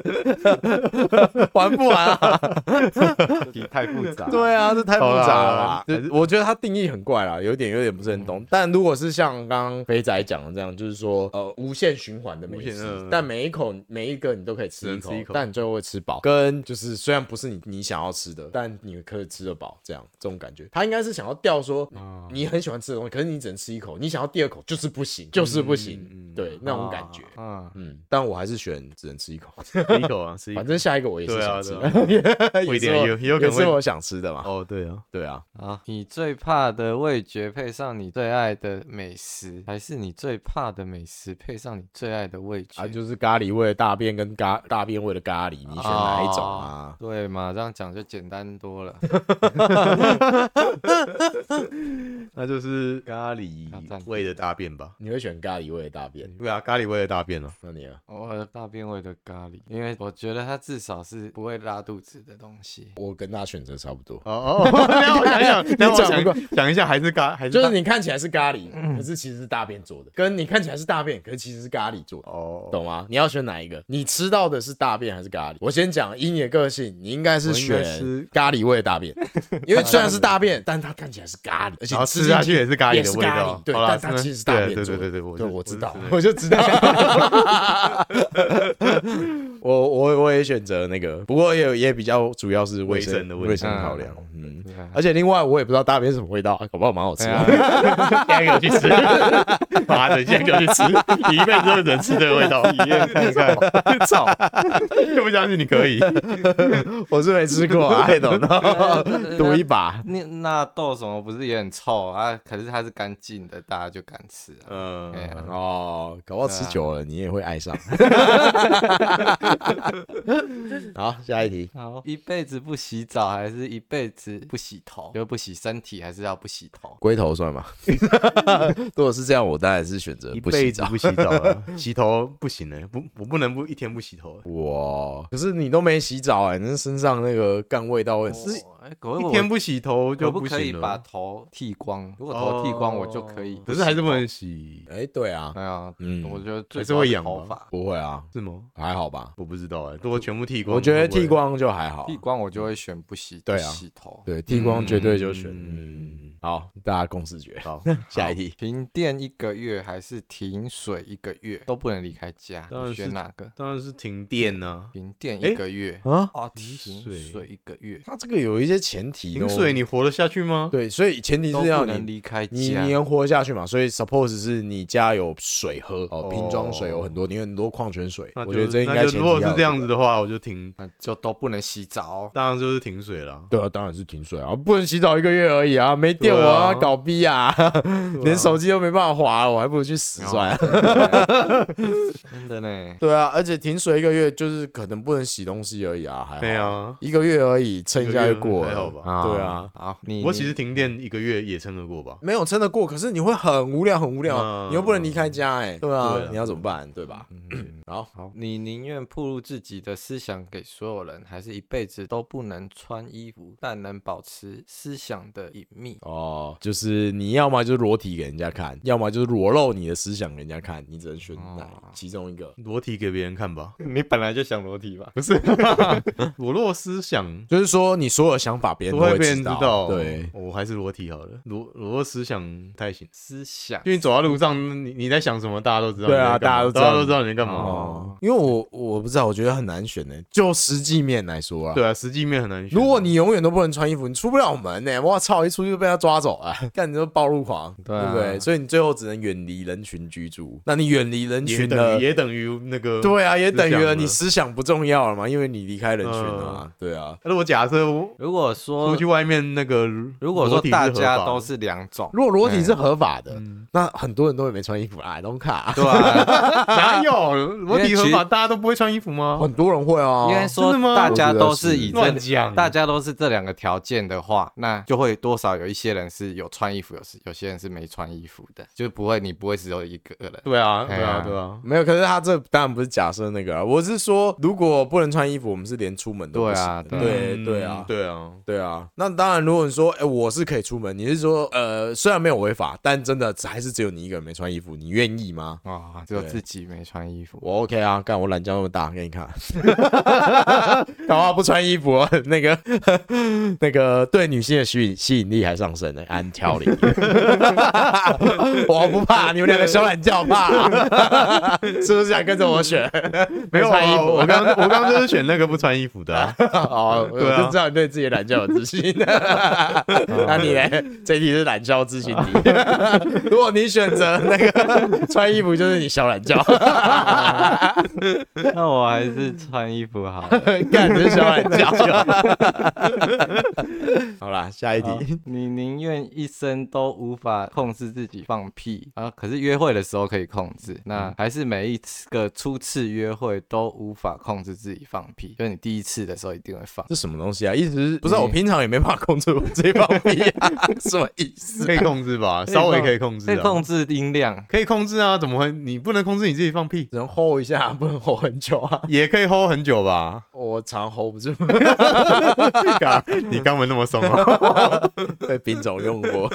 Speaker 2: 玩不完啊。
Speaker 3: 题太复杂。
Speaker 2: 对啊，这太复杂了啦。我觉得它定义很怪啦，有点不是很懂。但如果是像刚刚肥仔讲的这样，就是说无限循环的美食，但每一个你都可以吃1口， 但你最后会吃饱，跟就是虽然不是你想要吃的，但你可以吃得饱，这种感觉。他应该是想要钓说，你很喜欢吃的东西，可是你只能吃一口，你想要第二口就是不行，就是不行，对，那种感觉。但我还是选只能吃一口，
Speaker 1: 吃一口啊，吃一口。
Speaker 2: 反正下一个我也是想吃，
Speaker 1: 不一定有可能
Speaker 2: 是我想吃的嘛。
Speaker 1: 哦，对啊，
Speaker 2: 对啊。
Speaker 3: 好，你最怕的味觉配上你最爱的美食，还是你最怕的美食配上你最爱的味觉？
Speaker 2: 就是咖喱味的大便跟大便味的咖喱，你选哪一种啊？
Speaker 3: 对嘛，这样讲就简单多了。
Speaker 1: 那就是咖喱味的大便吧？
Speaker 2: 你会选咖喱味的大便？
Speaker 1: 对啊，咖喱味的大便啊。
Speaker 2: 那你啊？
Speaker 3: 我的大便味的咖喱，因为我觉得它至少是不会拉肚子的东西。
Speaker 2: 我跟他选择差不多。
Speaker 1: 让我想一下，还是
Speaker 2: 就是你看起来是咖喱，可是其实是大便做的，跟你看起来是大便，可是其实是咖喱做的。懂吗？你要选哪一个？你吃到的是大便还是咖喱？我先讲，以你的个性，你应该是选咖喱味的大便，因为虽然是大便，但它看起来是咖喱，而且
Speaker 1: 吃下去也是咖喱的味道。
Speaker 2: 对，但它其实是大便做的。
Speaker 1: 对，
Speaker 2: 我知道，我就知道。我也选择那个，不过也比较主要是卫生考量。而且另外我也不知道大便是什么味道，搞不好蛮好吃的。
Speaker 1: 现在给我去吃，妈的，现在给我去吃，你一辈子都只能吃这个味道，体验看看。操，就不相信你可以。
Speaker 2: 我是没吃过，I don't know，赌一把。
Speaker 3: 那豆什么不是也很臭啊？可是它是干净的，大家就敢吃。
Speaker 2: 搞不好吃久了你也会爱上。好，下一题。
Speaker 3: 好，一辈子不洗澡还是一辈子不洗头？就不洗身体，还是要不洗头？
Speaker 2: 龟头算吗？如果是这样，我当然是选择不洗澡。
Speaker 1: 不洗澡了，洗头不行呢，我不能一天不洗头。
Speaker 2: 哇，可是你都没洗澡那身上那个干味道会很死。
Speaker 1: 一天不洗头就不行了。
Speaker 3: 可不可以把头剃光？如果头剃光，我就可以。
Speaker 1: 可是还是不能洗。
Speaker 2: 对啊，
Speaker 3: 我觉得最
Speaker 1: 是会痒
Speaker 3: 头发。
Speaker 2: 不会啊，
Speaker 1: 是吗？
Speaker 2: 还好吧，
Speaker 1: 我不知道如果全部剃光，
Speaker 2: 我觉得剃光就还好。
Speaker 3: 剃光我就会选不洗头。
Speaker 2: 对，剃光绝对就选。好，大家共识决。好，下一题。
Speaker 3: 停电1个月还是停水1个月都不能离开家？你选哪个？
Speaker 1: 当然是停电啊！
Speaker 3: 停电1个月停水1个月。
Speaker 2: 它这个有一些前提。
Speaker 1: 停水你活得下去吗？
Speaker 2: 对，所以前提是要
Speaker 3: 你离开家，
Speaker 2: 你能活得下去嘛？所以 suppose 是你家有水喝瓶装水有很多，你有很多矿泉水。我觉得这应该前提要。
Speaker 1: 如果是这样子的话，我就停，
Speaker 3: 那就都不能洗澡。
Speaker 1: 当然就是停水了。
Speaker 2: 对啊，当然是停水啊，不能洗澡1个月而已啊，没电我要搞逼啊，连手机都没办法滑，我还不如去死算了。
Speaker 3: 真的呢。
Speaker 2: 对啊，而且停水1个月就是可能不能洗东西而已啊，还好。
Speaker 1: 对啊
Speaker 2: ，1个月而已，撑一下就过了，
Speaker 1: 还好吧？
Speaker 2: 对啊。
Speaker 3: 好，
Speaker 1: 我其实停电1个月也撑得过吧？
Speaker 2: 没有撑得过，可是你会很无聊，你又不能离开家对啊，你要怎么办？对吧？好，
Speaker 3: 你宁愿暴露自己的思想给所有人，还是一辈子都不能穿衣服，但能保持思想的隐秘？
Speaker 2: 就是你要么就是裸体给人家看，要么就是裸露你的思想给人家看，你只能选其中一个。
Speaker 1: 裸体给别人看吧？
Speaker 3: 你本来就想裸体吧？
Speaker 1: 不是，裸露思想，
Speaker 2: 就是说你所有想法别人都会
Speaker 1: 被人知道。
Speaker 2: 对，
Speaker 1: 我还是裸体好了，裸露思想不太行。
Speaker 3: 思想，
Speaker 1: 因为你走在路上，你在想什么，大家都知道。
Speaker 2: 对啊，大家都知道
Speaker 1: 你在干嘛。
Speaker 2: 因为我不知道，我觉得很难选就实际面来说啊。
Speaker 1: 对啊，实际面很难选。
Speaker 2: 如果你永远都不能穿衣服，你出不了门我操，一出去就被他抓走了，干你就暴露狂，对不对？所以你最后只能远离人群居住。那你远离人群了，
Speaker 1: 也等于那个。
Speaker 2: 对啊，也等于了你思想不重要了嘛，因为你离开人群了嘛。对啊。
Speaker 1: 那我假设
Speaker 3: 如果说
Speaker 1: 出去外面那个，
Speaker 3: 如果说大家都是2种，
Speaker 2: 如果裸体是合法的，那很多人都会没穿衣服don't care。
Speaker 3: 对啊，
Speaker 1: 哪有裸体合法？大家都不会穿衣服吗？
Speaker 2: 很多人会啊。
Speaker 3: 应该说大家都是以
Speaker 1: 乱讲，
Speaker 3: 大家都是这2个条件的话，那就会多少有一些人是有穿衣服，有些人是没穿衣服的，就你不会只有1个人。
Speaker 1: 对啊，
Speaker 2: 没有。可是他这当然不是假设那个我是说，如果不能穿衣服，我们是连出门都不行。对啊。那当然，如果你说我是可以出门，你是说虽然没有违法，但真的还是只有你一个人没穿衣服，你愿意吗？
Speaker 3: 只有自己没穿衣服，
Speaker 2: 我 OK 啊，干我懒觉那么大，给你看，干嘛不穿衣服那个对女性的吸引力还上升。 生的，按挑零。我不怕，你们2个小懒觉怕，是不是想跟着我选？
Speaker 1: 没有
Speaker 2: 穿衣服，
Speaker 1: 我刚就是选那个不穿衣服的啊。
Speaker 2: 哦，我就知道你对自己的懒觉有自信。那你呢？这一题是懒觉自信题。如果你选择那个穿衣服，就是你小懒觉。
Speaker 3: 那我还是穿衣服好了。
Speaker 2: 干，你是小懒觉。好啦，下一题。
Speaker 3: 你宁愿一生都无法控制自己放屁啊，可是约会的时候可以控制，那还是每一个初次约会都无法控制自己放屁，就是你第一次的时候一定会放。
Speaker 2: 这什么东西啊？意思是不是我平常也没办法控制我自己放屁啊？什么意思？
Speaker 1: 可以控制吧，稍微可以控制，
Speaker 3: 可以控制音量，
Speaker 1: 可以控制啊？怎么会？你不能控制你自己放屁？
Speaker 2: 只能 hold 一下，不能 hold 很久啊。
Speaker 1: 也可以 hold 很久吧？
Speaker 2: 我常 hold 不住。
Speaker 1: 你肛门那么松哦？
Speaker 2: 被丙总用过。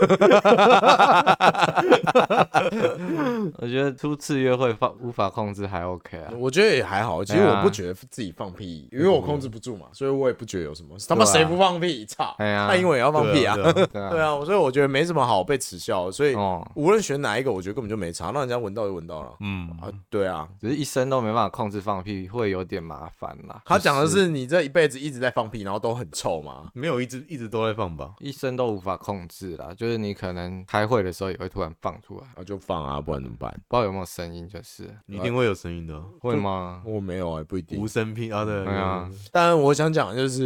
Speaker 3: 我觉得初次约会无法控制还 OK 啊。
Speaker 2: 我觉得也还好，其实我不觉得自己放屁，因为我控制不住嘛，所以我也不觉得有什么。他妈谁不放屁？操！那英文也要放屁啊？对啊，所以我觉得没什么好被耻笑，所以无论选哪一个，我觉得根本就没差，让人家闻到就闻到了。对啊，
Speaker 3: 只是一生都没办法控制放屁，会有点麻烦啦。
Speaker 2: 他讲的是你这一辈子一直在放屁，然后都很臭吗？
Speaker 1: 没有，一直都在放吧，
Speaker 3: 一生都无法控制啦。就是你可能开会的时候也会突然放出来，
Speaker 2: 就放啊，不然怎么办？
Speaker 3: 不知道有没有声音，就是
Speaker 1: 你一定会有声音的，
Speaker 3: 会吗？
Speaker 2: 我没有不一定。
Speaker 1: 无声屁啊，对
Speaker 3: 啊。
Speaker 2: 但我想讲就是，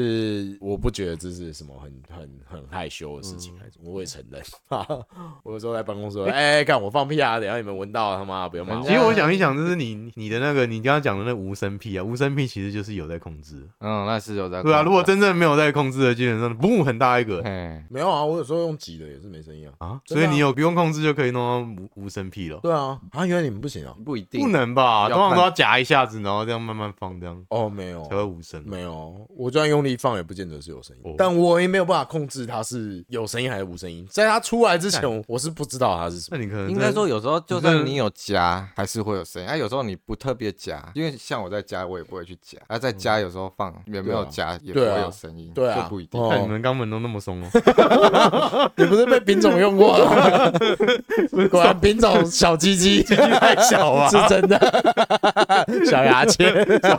Speaker 2: 我不觉得这是什么很害羞的事情，我也承认。我有时候在办公室说，干我放屁啊，等一下你们闻到他妈不要骂我。
Speaker 1: 其实我想一想，就是你的那个你刚刚讲的那无声屁啊，无声屁其实就是有在控制。
Speaker 3: 那是有在控制。
Speaker 1: 对啊，如果真正没有在控制的，基本上嘣很大一个。
Speaker 2: 没有啊，我有时候用挤的也是没声音啊。
Speaker 1: 所以你有不用控制就可以弄到无声屁了。
Speaker 2: 对啊，原来你们不行啊？
Speaker 3: 不一定，
Speaker 1: 不能吧？通常都要夹一下子，然后这样慢慢放，这样。
Speaker 2: 没有
Speaker 1: 才会无声。
Speaker 2: 没有，我就算用力放也不见得是有声音，但我也没有办法控制它是有声音还是无声音。在它出来之前，我是不知道它是什么。
Speaker 1: 那你可能
Speaker 3: 应该说有时候就算你有夹，还是会有声音。有时候你不特别夹，因为像我在家，我也不会去夹。在家有时候放也没有夹，也不会有声音。
Speaker 2: 对啊，
Speaker 3: 就不一定。
Speaker 1: 看你们肛门都那么松哦。
Speaker 2: 你不是被丙总用过了？果然丙总小鸡鸡
Speaker 1: 太小啊，
Speaker 2: 是真的。小牙签，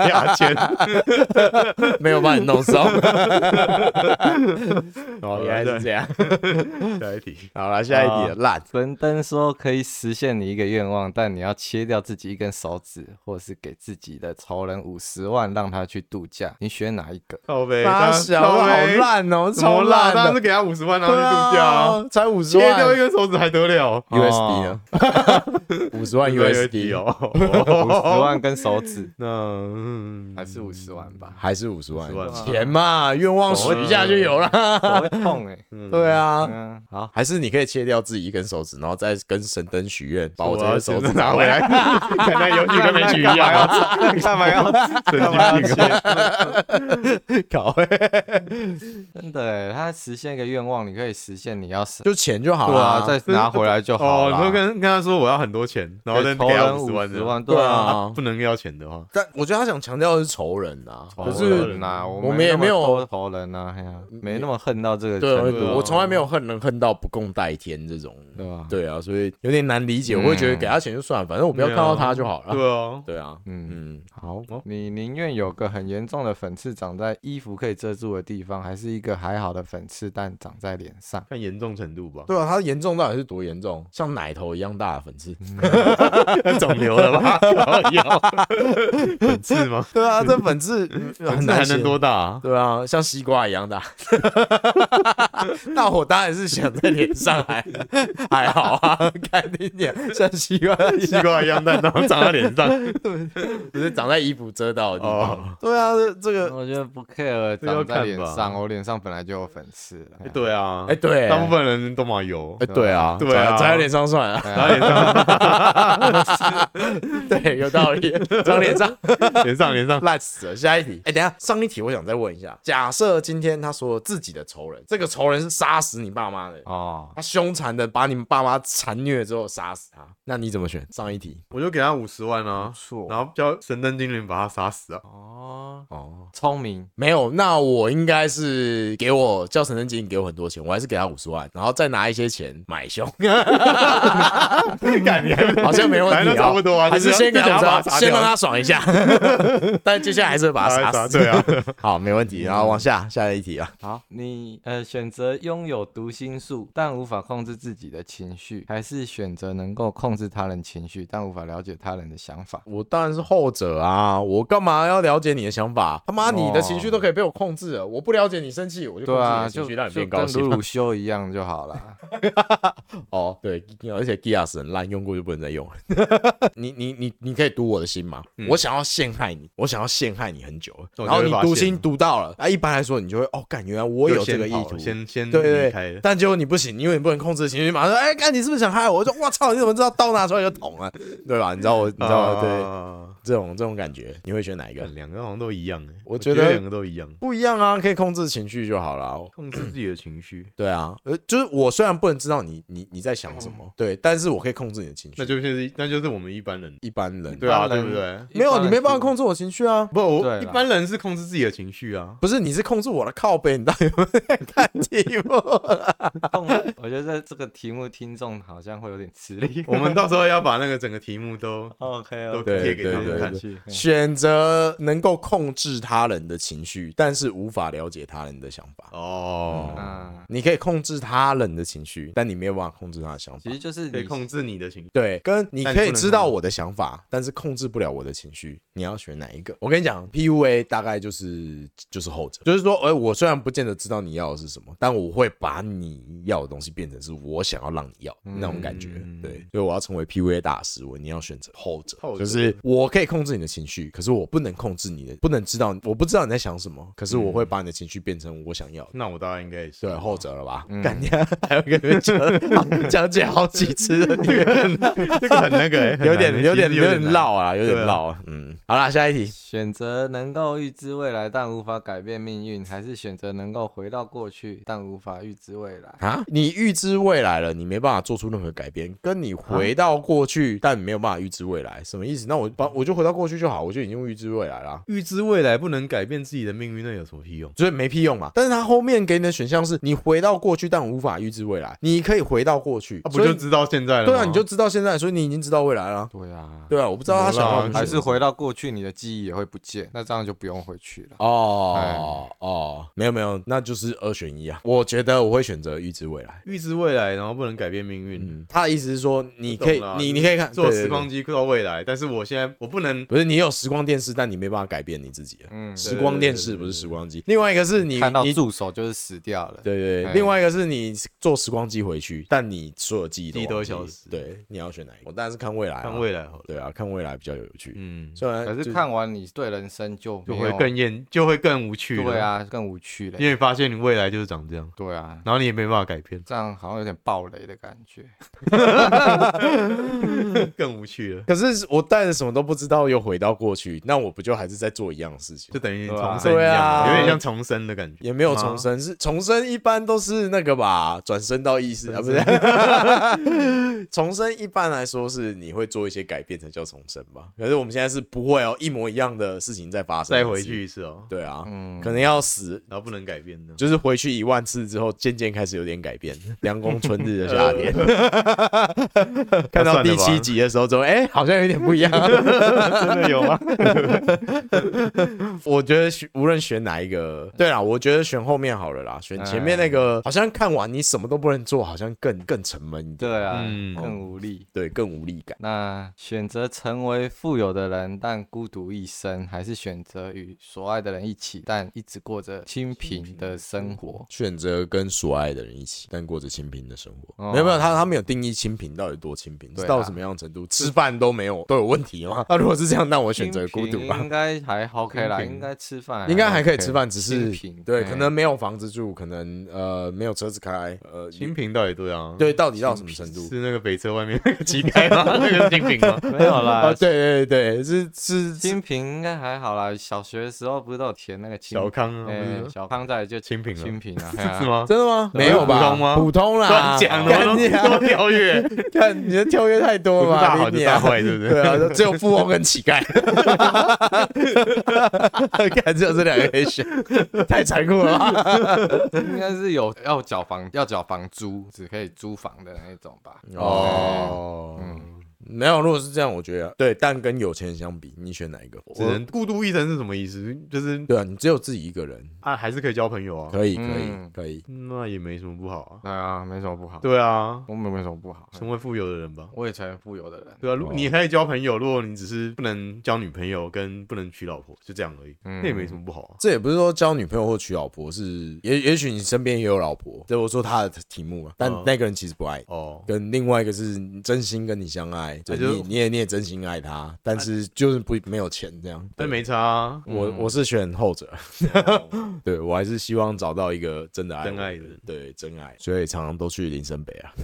Speaker 2: 没有把你弄松。原来是这样。
Speaker 1: 下一题，
Speaker 2: 好了，下一题了，烂。
Speaker 3: 伦登说可以实现你一个愿望，但你要切掉自己一根手指，或是给自己的仇人50万让他去度假，你选哪一个？
Speaker 1: 靠北，
Speaker 2: 大小好烂哦，超烂。
Speaker 1: 当然是给他50万让他去度假啊，
Speaker 2: 才50万，
Speaker 1: 切掉一根手指还得了
Speaker 2: ？USD 呢？50万 USD
Speaker 1: 哦
Speaker 3: ，50万跟手指，
Speaker 1: 那
Speaker 3: 还是50万吧？
Speaker 2: 还是50万？钱嘛，愿望许一下就有了。
Speaker 3: 手会痛
Speaker 2: 对啊，
Speaker 3: 好，
Speaker 2: 还是你可以切掉自己一根手指，然后再跟神灯许愿，把我这根手指拿回来。
Speaker 1: 看那有许跟没许一样啊？
Speaker 3: 干嘛要
Speaker 2: 搞？
Speaker 3: 真的，他实现一个愿望，你可以实现你要
Speaker 2: 就钱就好了，
Speaker 3: 再拿回来就好了。
Speaker 1: 你说跟他说我要很多钱，然后再给他50万，
Speaker 3: 对啊，
Speaker 1: 不能要钱的话。
Speaker 2: 但我觉得他想强调的是仇人啊，可是
Speaker 3: 我
Speaker 2: 们也没有
Speaker 3: 仇人啊，没那么恨到这个
Speaker 2: 程度。我从来没有恨到不共戴天这种，
Speaker 3: 对吧？
Speaker 2: 对啊，所以有点难理解。我会觉得给他钱就算了，反正我不要看到他就好了。对啊，
Speaker 3: 好，你宁愿有个很严重的粉刺长在衣服可以遮住的地方，还是一个还好的粉刺但长在脸上？
Speaker 1: 看严重程度吧。
Speaker 2: 对啊，它严重到底是多严重？像奶头一样大的粉刺，
Speaker 1: 肿瘤了吧？粉刺吗？
Speaker 2: 对啊，这粉刺很难，
Speaker 1: 还能多大啊？
Speaker 2: 对啊，像西瓜一样大。那我当然是想在脸上还好啊，看你点像西瓜
Speaker 1: 一样大，然后长在脸上，
Speaker 2: 对，不是长在衣服遮到的地方。对啊，这个
Speaker 3: 我觉得不 care 长在脸上，我脸上本来就有粉刺了。
Speaker 1: 对啊，
Speaker 2: 对，
Speaker 1: 大部分人都嘛有。
Speaker 2: 对啊，长在脸上算了，
Speaker 1: 长在脸上，
Speaker 2: 对，有道理，长脸上，
Speaker 1: 脸上，
Speaker 2: 烂死了。下一题，等一下上一题我想再问一下，假设今天他说自己的仇人，这个仇人是杀死你爸妈的他凶残的把你们爸妈残虐之后杀死他，那你怎么选？上一题
Speaker 1: 我就给他50万啊，然后叫神灯精灵把他杀死啊。
Speaker 3: 聪明。
Speaker 2: 没有，那我应该是叫神灯精灵给我很多钱，我还是给他50万，然后再拿一些钱买凶，
Speaker 1: 干你
Speaker 2: 好像没问题
Speaker 1: 差不多啊，
Speaker 2: 还是先给他50万，先让他爽一下，但接下来还是会把他杀死。
Speaker 1: 对啊，
Speaker 2: 好，没问题。然后往下一题啊。
Speaker 3: 好，你选择拥有读心术，但无法控制自己的情绪，还是选择能够控制他人情绪，但无法了解他人的想法？
Speaker 2: 我当然是后者啊！我干嘛要了解你的想法？他妈，你的情绪都可以被我控制了，我不了解你生气，我就控制你的情绪，让你变高兴。
Speaker 3: 跟鲁鲁修一样就好了。
Speaker 2: 哦，对，而且 Gias 很烂，用过就不能再用了。你可以读我的心吗？我想要陷害你，我想要陷害你很久了，然后你读心读到了，一般来说你就会干，原来我有这个意图，
Speaker 1: 先
Speaker 2: 对
Speaker 1: 离开了。
Speaker 2: 但结果你不行，因为你不能控制情绪，马上说，干，你是不是想害我？我就哇操，你怎么知道刀拿出来就捅了，对吧？你知道对。这种感觉，你会选哪一个？
Speaker 1: 两个好像都一样
Speaker 2: 我觉得
Speaker 1: 两个都一样，
Speaker 2: 不一样啊，可以控制情绪就好了，
Speaker 1: 控制自己的情绪。
Speaker 2: 对啊，就是我虽然不能知道你在想什么，对，但是我可以控制你的情绪。那
Speaker 1: 就是我们一般人，
Speaker 2: 对啊，对不对？没有，你没办法控制我情绪啊。
Speaker 1: 不，我一般人是控制自己的情绪啊。
Speaker 2: 不是，你是控制我的靠背。你到底有没有在看题目？
Speaker 3: 我觉得这个题目听众好像会有点吃力。
Speaker 1: 我们到时候要把那个整个题目都贴给他们看。
Speaker 2: 选择能够控制他人的情绪，但是无法了解他人的想法。你可以控制他人的情绪，但你没有办法控制他的想法。
Speaker 3: 其实就是
Speaker 1: 可以控制你的情绪。
Speaker 2: 对，跟你可以知道我的想法，但是控制不了我的情绪，你要选哪一个？我跟你讲 ，PUA 大概就是后者，就是说，我虽然不见得知道你要的是什么，但我会把你要的东西变成是我想要让你要那种感觉。对，所以我要成为 PUA 大师，你要选择后者，就是我可以控制你的情绪，可是我不能控制你的，不能知道，我不知道你在想什么，可是我会把你的情绪变成我想要的。
Speaker 1: 那我大概应该也是
Speaker 2: 对后者了吧？干你还要跟你们讲解好几次了，
Speaker 1: 这个很那个，
Speaker 2: 有点绕啊，有点绕啊。好啦，下一题，
Speaker 3: 选择能够预知未来但无法改变命运，还是选择能够回到过去但无法预知未来
Speaker 2: 啊？你预知未来了，你没办法做出任何改变，跟你回到过去但没有办法预知未来，什么意思？那我就回到过去就好，我就已经预知未来了。
Speaker 1: 预知未来不能改变自己的命运，那有什么屁用？
Speaker 2: 所以没屁用嘛。但是他后面给你的选项是你回到过去但无法预知未来，你可以回到过去，
Speaker 1: 不就知道现在了吗？
Speaker 2: 对啊，你就知道现在，所以你已经知道未来了。对啊，我不知道他想要
Speaker 3: 还是回到过去，你的记忆也会不见，那这样就不用回去了。
Speaker 2: 没有，那就是2选1啊。我觉得我会选择预知未来，
Speaker 1: 然后不能改变命运。
Speaker 2: 他的意思是说，你可以看
Speaker 1: 坐时光机到未来，但是我现在我不能，
Speaker 2: 不是你有时光电视，但你没办法改变你自己。时光电视不是时光机。另外一个是你
Speaker 3: 看到助手就是死掉了。
Speaker 2: 对，另外一个是你坐时光机回去，但你所有记忆都会消失。对，你要选哪一个？我当然是看未来。
Speaker 1: 看未来，对
Speaker 2: 啊，看未来比较有趣。
Speaker 3: 可是看完你对人生就
Speaker 1: 会更无趣。
Speaker 3: 对啊，更无趣了，
Speaker 1: 因为你发现你未来就是长这样。
Speaker 3: 对啊，
Speaker 1: 然后你也没办法改变，
Speaker 3: 这样好像有点暴雷的感觉，
Speaker 1: 更无趣了。
Speaker 2: 可是我带着什么都不知道又回到过去，那我不就还是在做一样的事情？
Speaker 1: 就等于重生一样，有点像重生的感觉。
Speaker 2: 也没有重生，是重生一般都是那个吧，转生到意识啊，不是？重生一般来说是你会做一些改变才叫重生吧？可是我们现在是不会一模一样的事情再发生，
Speaker 1: 再回去一次哦。
Speaker 2: 对啊，可能要死，
Speaker 1: 然后不能改变的，
Speaker 2: 就是回去10000次之后，渐渐开始有点改变。凉宫春日的夏天，看到第7集的时候，好像有点不一样，
Speaker 1: 真的有吗？
Speaker 2: 我觉得无论选哪一个，对啦，我觉得选后面好了啦，选前面那个好像看完你什么都不能做，好像更沉闷一点。
Speaker 3: 对啊，更无力，
Speaker 2: 对，更无力感。
Speaker 3: 那选择成为富有的人但孤独一生，还是选择与所爱的人一起但一直过着清贫的生活？
Speaker 2: 选择跟所爱的人一起但过着清贫的生活。没有，他没有定义清贫到底多清贫，到什么样的程度？吃饭都有问题吗？那如果是这样，那我选择孤独吧。
Speaker 3: 应该还 OK 啦，应该吃饭
Speaker 2: 应该还可以吃饭，只是对，可能没有房子住，可能没有车子开。
Speaker 1: 清贫到底多样？
Speaker 2: 对，到底到什么程度？
Speaker 1: 是那个北车外面那个乞丐吗？那个清贫吗？
Speaker 3: 没有啦。
Speaker 2: 对，是
Speaker 3: 清贫应该还好啦。小学的时候不是都有填那个
Speaker 1: 小康啊？
Speaker 3: 小康在就
Speaker 1: 清贫
Speaker 3: 啊，
Speaker 1: 是吗？
Speaker 2: 真的吗？没有吧？
Speaker 1: 普通吗？
Speaker 2: 普通啦。
Speaker 1: 乱讲的，多跳跃，
Speaker 2: 看你的跳跃太多了吧？
Speaker 1: 大好就大坏，对不对？
Speaker 2: 对啊，只有富翁跟乞丐，看只有这两个可以选，太残酷了吧？
Speaker 3: 应该是有要缴房租，只可以租房的那种吧。
Speaker 2: 哦，没有，如果是这样，我觉得对，但跟有钱人相比，你选哪一个？
Speaker 1: 只能孤独一生是什么意思？就是
Speaker 2: 对啊，你只有自己一个人
Speaker 1: 啊，还是可以交朋友啊。
Speaker 2: 可以，
Speaker 1: 那也没什么不好啊。
Speaker 3: 对啊，没什么不好。
Speaker 1: 对啊，
Speaker 3: 我们没什么不好，
Speaker 1: 成为富有的人吧。
Speaker 3: 我也成为富有的人。
Speaker 1: 对啊，如果你可以交朋友，如果你只是不能交女朋友跟不能娶老婆，就这样而已，那也没什么不好啊。
Speaker 2: 这也不是说交女朋友或娶老婆是，也许你身边也有老婆，这我说他的题目嘛，但那个人其实不爱你哦，跟另外一个是真心跟你相爱，你也真心爱他，但是就是没有钱这样，
Speaker 1: 但没差啊。
Speaker 2: 我是选后者，对我还是希望找到一个真的爱
Speaker 1: 真爱的，
Speaker 2: 对真爱，所以常常都去林森北啊。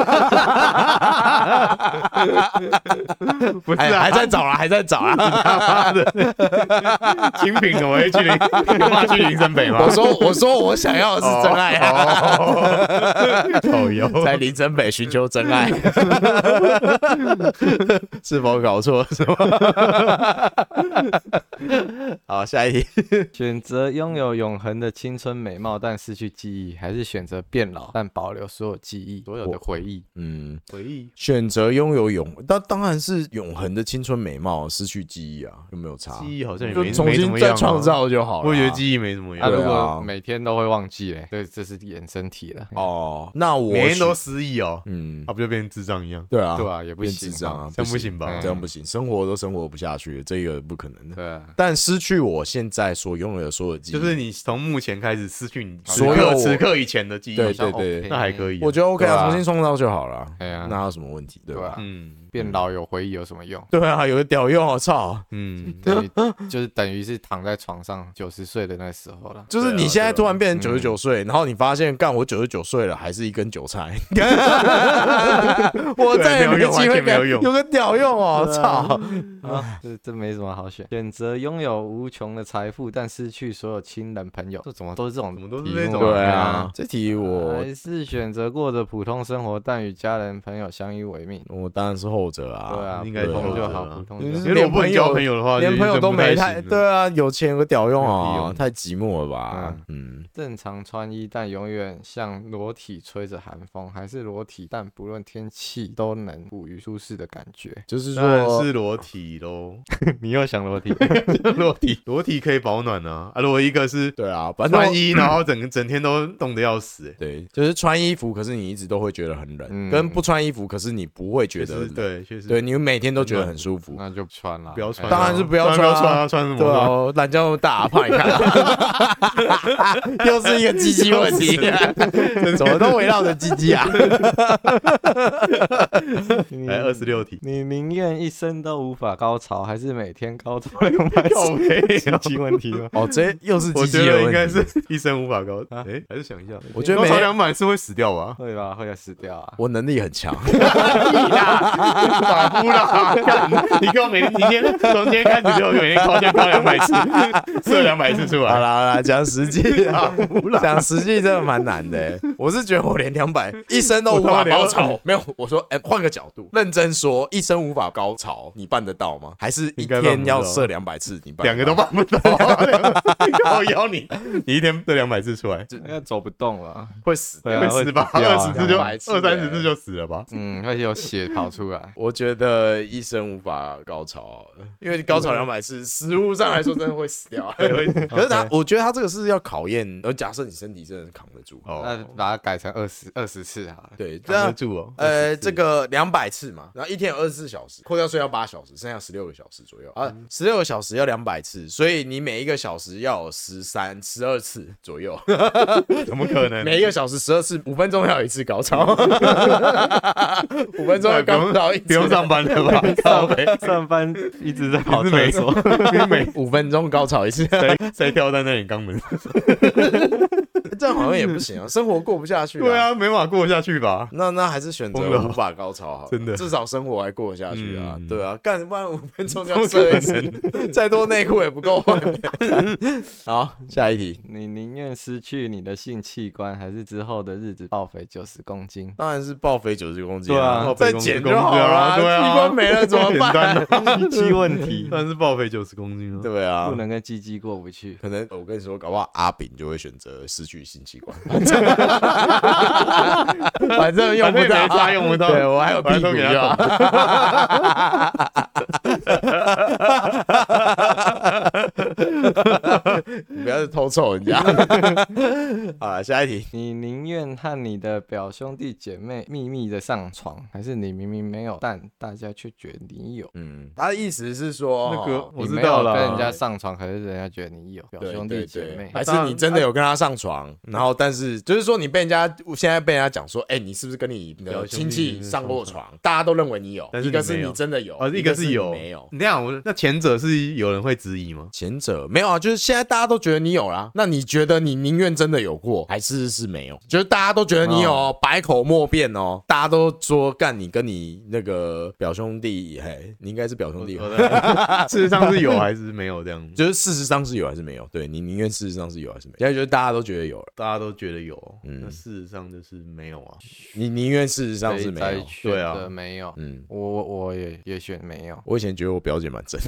Speaker 1: 不是啊，
Speaker 2: 还在找啊，
Speaker 1: 他妈的，精品怎么会去干嘛去林森北吗？
Speaker 2: 我说我想要的是真爱啊，在林森北寻求真爱，是否搞错是吗？好，下一题，
Speaker 3: 选择拥有永恒的青春美貌但失去记忆，还是选择变老但保留所有记忆、所有的回忆？
Speaker 1: 回忆
Speaker 2: 选择拥有当然是永恒的青春美貌，失去记忆啊，有没有差？
Speaker 1: 记忆好像也
Speaker 2: 就重新再创造就好了。
Speaker 1: 我觉得记忆没什么样。
Speaker 3: 如果每天都会忘记嘞，对，这是衍生题了。
Speaker 2: 哦，那我
Speaker 1: 每天都失忆哦，不就变成智障一样？
Speaker 2: 对啊，
Speaker 3: 也不行，
Speaker 2: 智障啊，
Speaker 1: 这样不行吧？
Speaker 2: 这样不行，生活都生活不下去，这个不可能的。
Speaker 3: 对啊，
Speaker 2: 但失去我现在所拥有的所有记忆，
Speaker 1: 就是你从目前开始失去你
Speaker 2: 所有
Speaker 1: 此刻以前的记忆，
Speaker 2: 对，
Speaker 1: 那还可以。
Speaker 2: 我觉得 OK 啊，重新创造就好了。
Speaker 3: 哎呀，
Speaker 2: 那有什么问题？对吧？
Speaker 3: 变老有回忆有什么用？
Speaker 2: 对啊，有个屌用，我操！
Speaker 3: 就是等于是躺在床上90岁的那时候了。
Speaker 2: 就是你现在突然变成99岁，然后你发现干我99岁了，还是一根韭菜。我再也没机会有个屌用哦，操！
Speaker 3: 这没什么好选。选择拥有无穷的财富，但失去所有亲人朋友，这怎么都是这种，
Speaker 1: 怎么都是这种？
Speaker 2: 对啊，这题我
Speaker 3: 还是选择过着普通生活，但与家人朋友相依为命。
Speaker 2: 我当然是后者啊。
Speaker 3: 对啊，
Speaker 1: 应该
Speaker 3: 普通就好，普通就好。
Speaker 1: 如果不能交朋友的话，
Speaker 2: 连朋友都没太对啊，有钱有个屌用啊，太寂寞了吧？
Speaker 3: 正常穿衣，但永远像裸体吹着寒风，还是裸体，但不论天气都能处于舒适的感觉。
Speaker 2: 就是说，
Speaker 1: 是裸体咯。
Speaker 3: 你又想裸体？
Speaker 1: 裸体可以保暖啊。如果一个是
Speaker 2: 对啊，
Speaker 1: 穿衣，然后整天都冻得要死。
Speaker 2: 对，就是穿衣服，可是你一直都会觉得很冷，跟不穿衣服，可是你不会觉得冷。
Speaker 1: 对，确实，
Speaker 2: 对你每天都觉得很舒服，
Speaker 3: 那就穿了，
Speaker 1: 不要穿。
Speaker 2: 当然是不要穿啊，
Speaker 1: 穿什么？
Speaker 2: 对啊，懒觉那么大，怕你看，又是一个鸡鸡问题，怎么都围绕着鸡鸡啊？
Speaker 1: 来26题，
Speaker 3: 你宁愿一生都无法高潮，还是每天高潮200次？鸡鸡问题吗？
Speaker 2: 哦，这又是鸡鸡
Speaker 1: 的问题。我觉得应
Speaker 2: 该
Speaker 1: 是一生无法高潮。还是想一下，
Speaker 2: 我觉得
Speaker 1: 高潮200次会死掉吧？
Speaker 3: 会吧，会死掉啊。
Speaker 2: 我能力很强。
Speaker 1: 打呼啦！你跟我每天从今天开始就每天高200次，射200次出来。
Speaker 2: 好啦，讲实际，讲实际真的蛮难的。我是觉得我连200一生都无法高潮，没有。我说，换个角度，认真说，一生无法高潮，你办得到吗？还是一天要射200次？你办？
Speaker 1: 两个都办不到。我邀你一天射200次出来，
Speaker 3: 应该走不动了，
Speaker 2: 会死，
Speaker 1: 会死吧？20次就20-30次就死了吧？
Speaker 3: 会有血跑出来。
Speaker 2: 我觉得一生无法高潮，因为高潮200次，实物上来说真的会死掉。可是我觉得他这个是要考验，假设你身体真的扛得住，
Speaker 3: 那把它改成20次好了。
Speaker 2: 对，
Speaker 1: 扛得住哦。
Speaker 2: 这个200次嘛，然后一天有24小时，扣掉睡觉8小时，剩下16个小时左右啊。16个小时要200次，所以你每一个小时要有12次左右。
Speaker 1: 怎么可能？
Speaker 2: 每一个小时12次，5分钟要一次高潮。5分钟要高潮一次，
Speaker 1: 不用上班了吧？
Speaker 3: 上班一直在跑厕所，
Speaker 2: 每5分钟高潮一次。
Speaker 1: 谁跳在那里肛门？
Speaker 2: 这样好像也不行啊，生活过不下去。
Speaker 1: 对啊，没法过下去吧？
Speaker 2: 那还是选择无法高潮好，
Speaker 1: 真的，
Speaker 2: 至少少生活还过得下去啊。对啊，干不然5分钟就要射一次，再多内裤也不够换。好，下一题，
Speaker 3: 你宁愿失去你的性器官，还是之后的日子暴肥90公斤？
Speaker 2: 当然是爆肥90公斤，
Speaker 3: 对啊，
Speaker 2: 再减就好了，器官没了怎么办？
Speaker 3: 机器问题，
Speaker 1: 但是爆肥90公斤啊。
Speaker 2: 对啊，
Speaker 3: 不能跟鸡鸡过不去。
Speaker 2: 可能我跟你说，搞不好阿炳就会选择失去性器官，反正用不到，
Speaker 1: 他用不到，
Speaker 2: 对我还有屁股就好。你不要去偷臭人家。好了，下一题，
Speaker 3: 你宁愿和你的表兄弟姐妹秘密的上床，还是你明明没有，但大家却觉得你有？
Speaker 2: 他的意思是说，
Speaker 1: 那个我
Speaker 3: 你没
Speaker 1: 知道了，
Speaker 3: 有跟人家上床，可是人家觉得你有表兄弟姐妹，
Speaker 2: 还是你真的有跟他上床，然后但是就是说你被人家现在被人家讲说，你是不是跟你的亲戚上过床？大家都认为你有，一个是你真的有，
Speaker 1: 一个是有
Speaker 2: 没有？
Speaker 1: 你看那前者是有人会质疑吗？
Speaker 2: 前者没有啊，就是现在大家都觉得你有啦。那你觉得你宁愿真的有过，还是没有？就是大家都觉得你有，百口莫辩哦，大家都说干你跟你那个表兄弟，你应该是表兄弟，
Speaker 1: 事实上是有还是没有这样？
Speaker 2: 就是事实上是有还是没有？对，你宁愿事实上是有还是没有？现在就是大家都觉得有了，
Speaker 1: 大家都觉得有，那事实上就是没有啊。
Speaker 2: 你宁愿事实上是没有，
Speaker 3: 对啊，没有。我也选没有。
Speaker 2: 我以前觉得我表姐蛮正。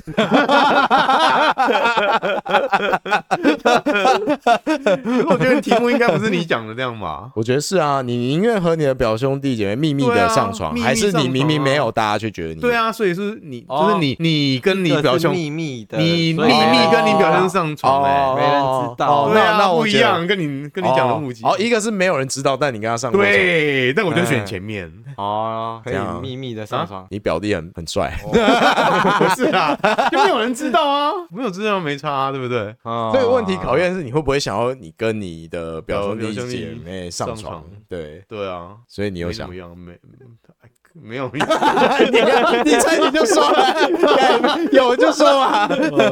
Speaker 1: 我觉得题目应该不是你讲的这样吧？
Speaker 2: 我觉得是啊，你宁愿和你的表兄弟姐妹秘密的上床，还是你明明没有，大家却觉得你？
Speaker 1: 对啊，所以是你，就是你跟你表兄
Speaker 3: 秘密的，
Speaker 1: 你秘密跟你表兄上床，
Speaker 3: 没人知道。
Speaker 2: 那
Speaker 1: 不一样，跟你讲的目的。
Speaker 2: 一个是没有人知道，但你跟他上过床。
Speaker 1: 对，但我就选前面。
Speaker 3: 可以秘密的上床。
Speaker 2: 你表弟很帅，
Speaker 1: 不是啦，就没有人知道啊，没有知道没差，对不对？
Speaker 2: 这个问题考验是你会不会想要你跟你的表兄弟姐妹上床？对
Speaker 1: 啊，
Speaker 2: 所以你有想
Speaker 1: 没有？
Speaker 2: 你猜你就说了，有就说嘛。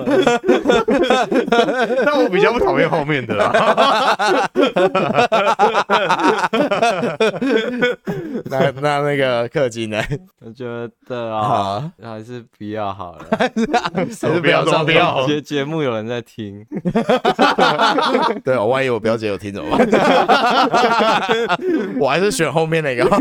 Speaker 1: 但我比较不讨厌后面的啦。
Speaker 2: 那个氪金呢？
Speaker 3: 我觉得还是不要好了，
Speaker 2: 还是不要上标。
Speaker 3: 节目有人在听。
Speaker 2: 对，万一我表姐有听怎么办？我还是选后面那个。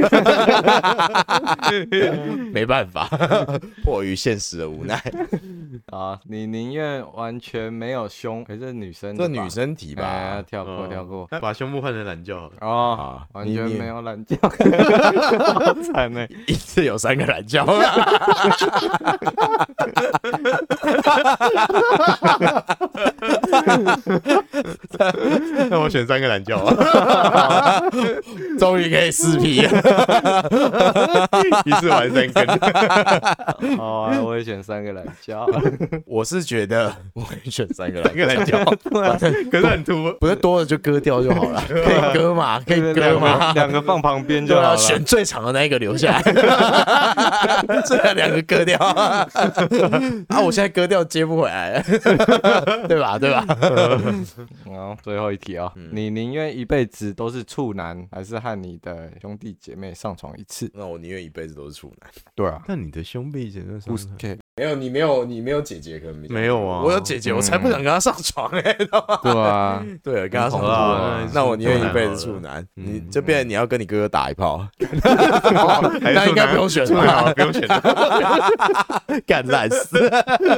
Speaker 2: 没办法，迫于现实的无奈。
Speaker 3: 你宁愿完全没有胸，可是女生
Speaker 2: 这女生题吧，
Speaker 3: 跳过，
Speaker 1: 把胸部换成懒觉好
Speaker 3: 了。完全没有懒觉，好惨呢！
Speaker 2: 一次有3个懒觉。
Speaker 1: 那我选3个懒觉啊，
Speaker 2: 终于可以4批了，
Speaker 1: 一次玩3根。
Speaker 3: 我也选3个懒觉。
Speaker 2: 我是觉得我会选3个懒觉，
Speaker 1: 可是很突，
Speaker 2: 不是多了就割掉就好了，可以割嘛，可以割嘛
Speaker 3: ，2个放旁边就好了，
Speaker 2: 选最长的那一个留下来，这2个割掉。我现在割掉接不回来，对吧？
Speaker 3: 最后一题你宁愿一辈子都是处男，还是和你的兄弟姐妹上床1次？
Speaker 2: 那我宁愿一辈子都是处男。
Speaker 3: 对啊，
Speaker 1: 但你的兄弟姐妹上床
Speaker 2: 没有，你没有姐姐，可能
Speaker 1: 没有啊。
Speaker 2: 我有姐姐，我才不想跟她上床
Speaker 3: 对啊，
Speaker 2: 对，跟她上床。那我宁愿一辈子处男。你这边你要跟你哥哥打一炮，那应该不用选了，
Speaker 1: 不用选了，
Speaker 2: 干烂死。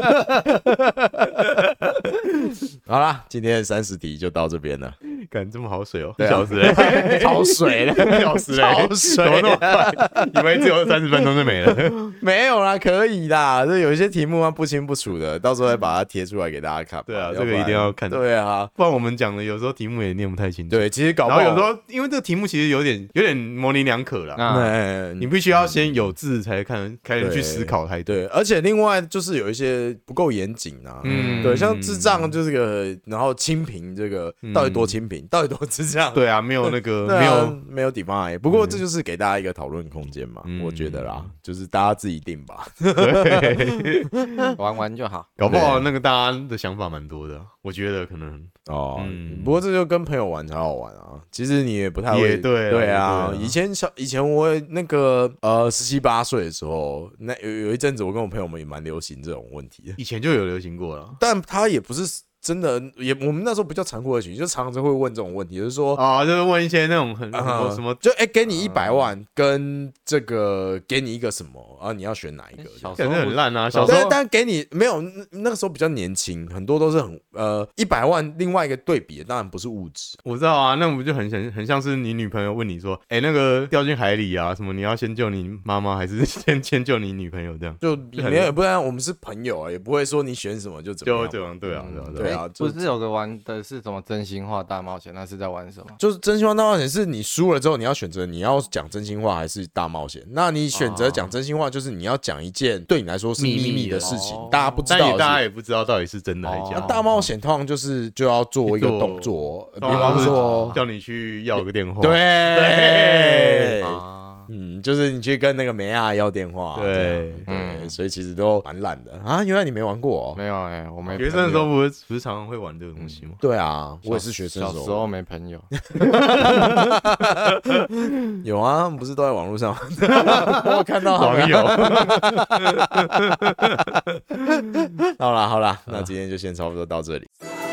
Speaker 2: 好啦，今天的30题就到这边了。
Speaker 1: 干这么好水哦
Speaker 2: ，1
Speaker 1: 小时
Speaker 2: 超水了，1小时超水，
Speaker 1: 怎么那么快？以为只有30分钟就没了。
Speaker 2: 没有啦，可以啦。这有一些题目不清不楚的，到时候再把它贴出来给大家看。
Speaker 1: 对啊，这个一定要看。
Speaker 2: 对啊，
Speaker 1: 不然我们讲的有时候题目也念不太清楚。
Speaker 2: 对，其实搞不好
Speaker 1: 有时候因为这个题目其实有点模棱两可啦。你必须要先有字才开始去思考才对。
Speaker 2: 而且另外就是有一些不够严谨啊。对，像智障就是个，然后清贫这个到底多清贫？ 平，到底多智障？
Speaker 1: 对啊，没有那个
Speaker 2: 没有 define， 不过这就是给大家一个讨论空间嘛，我觉得啦，就是大家自己定吧。
Speaker 1: 对，
Speaker 3: 玩玩就好，
Speaker 1: 搞不好那个大家的想法蛮多的，我觉得可能
Speaker 2: 不过这就跟朋友玩才好玩啊。其实你也不太会，对啊。以前我那个17、18岁的时候，那有一阵子我跟我朋友们也蛮流行这种问题的，
Speaker 1: 以前就有流行过了，
Speaker 2: 但他也不是。真的我们那时候比较残酷的群，就常常会问这种问题，就是说
Speaker 1: 就是问一些那种很什么，
Speaker 2: 就给你100万，跟这个给你一个什么你要选哪一个？
Speaker 1: 感觉很烂啊，小时候
Speaker 2: 但给你没有那个时候比较年轻，很多都是很100万，另外一个对比的当然不是物质，
Speaker 1: 我知道啊，那不就很像是你女朋友问你说，那个掉进海里啊，什么你要先救你妈妈还是先救你女朋友这样？
Speaker 2: 就没有，不然我们是朋友啊，也不会说你选什么就怎么样，
Speaker 1: 就这样，对啊。
Speaker 3: 不是有个玩的是什么真心话大冒险？那是在玩什么？
Speaker 2: 就是真心话大冒险，是你输了之后，你要选择你要讲真心话还是大冒险。那你选择讲真心话，就是你要讲一件对你来说是秘密的事情，大家不知道，
Speaker 1: 但大家也不知道到底是真的还是假的。
Speaker 2: 大冒险通常就要做一个动作，比方说
Speaker 1: 叫你去要个电话，
Speaker 2: 对。就是你去跟那个梅亚要电话，
Speaker 1: 对，
Speaker 2: 所以其实都蛮懒的啊。原来你没玩过
Speaker 3: 没有我没。
Speaker 1: 学生的时候不是常常会玩这个东西吗？
Speaker 2: 对啊，我也是学生的
Speaker 3: 时候，小时候没朋友。
Speaker 2: 有啊，不是都在网络上？我看到
Speaker 1: 网友。
Speaker 2: 好啦，那今天就先差不多到这里。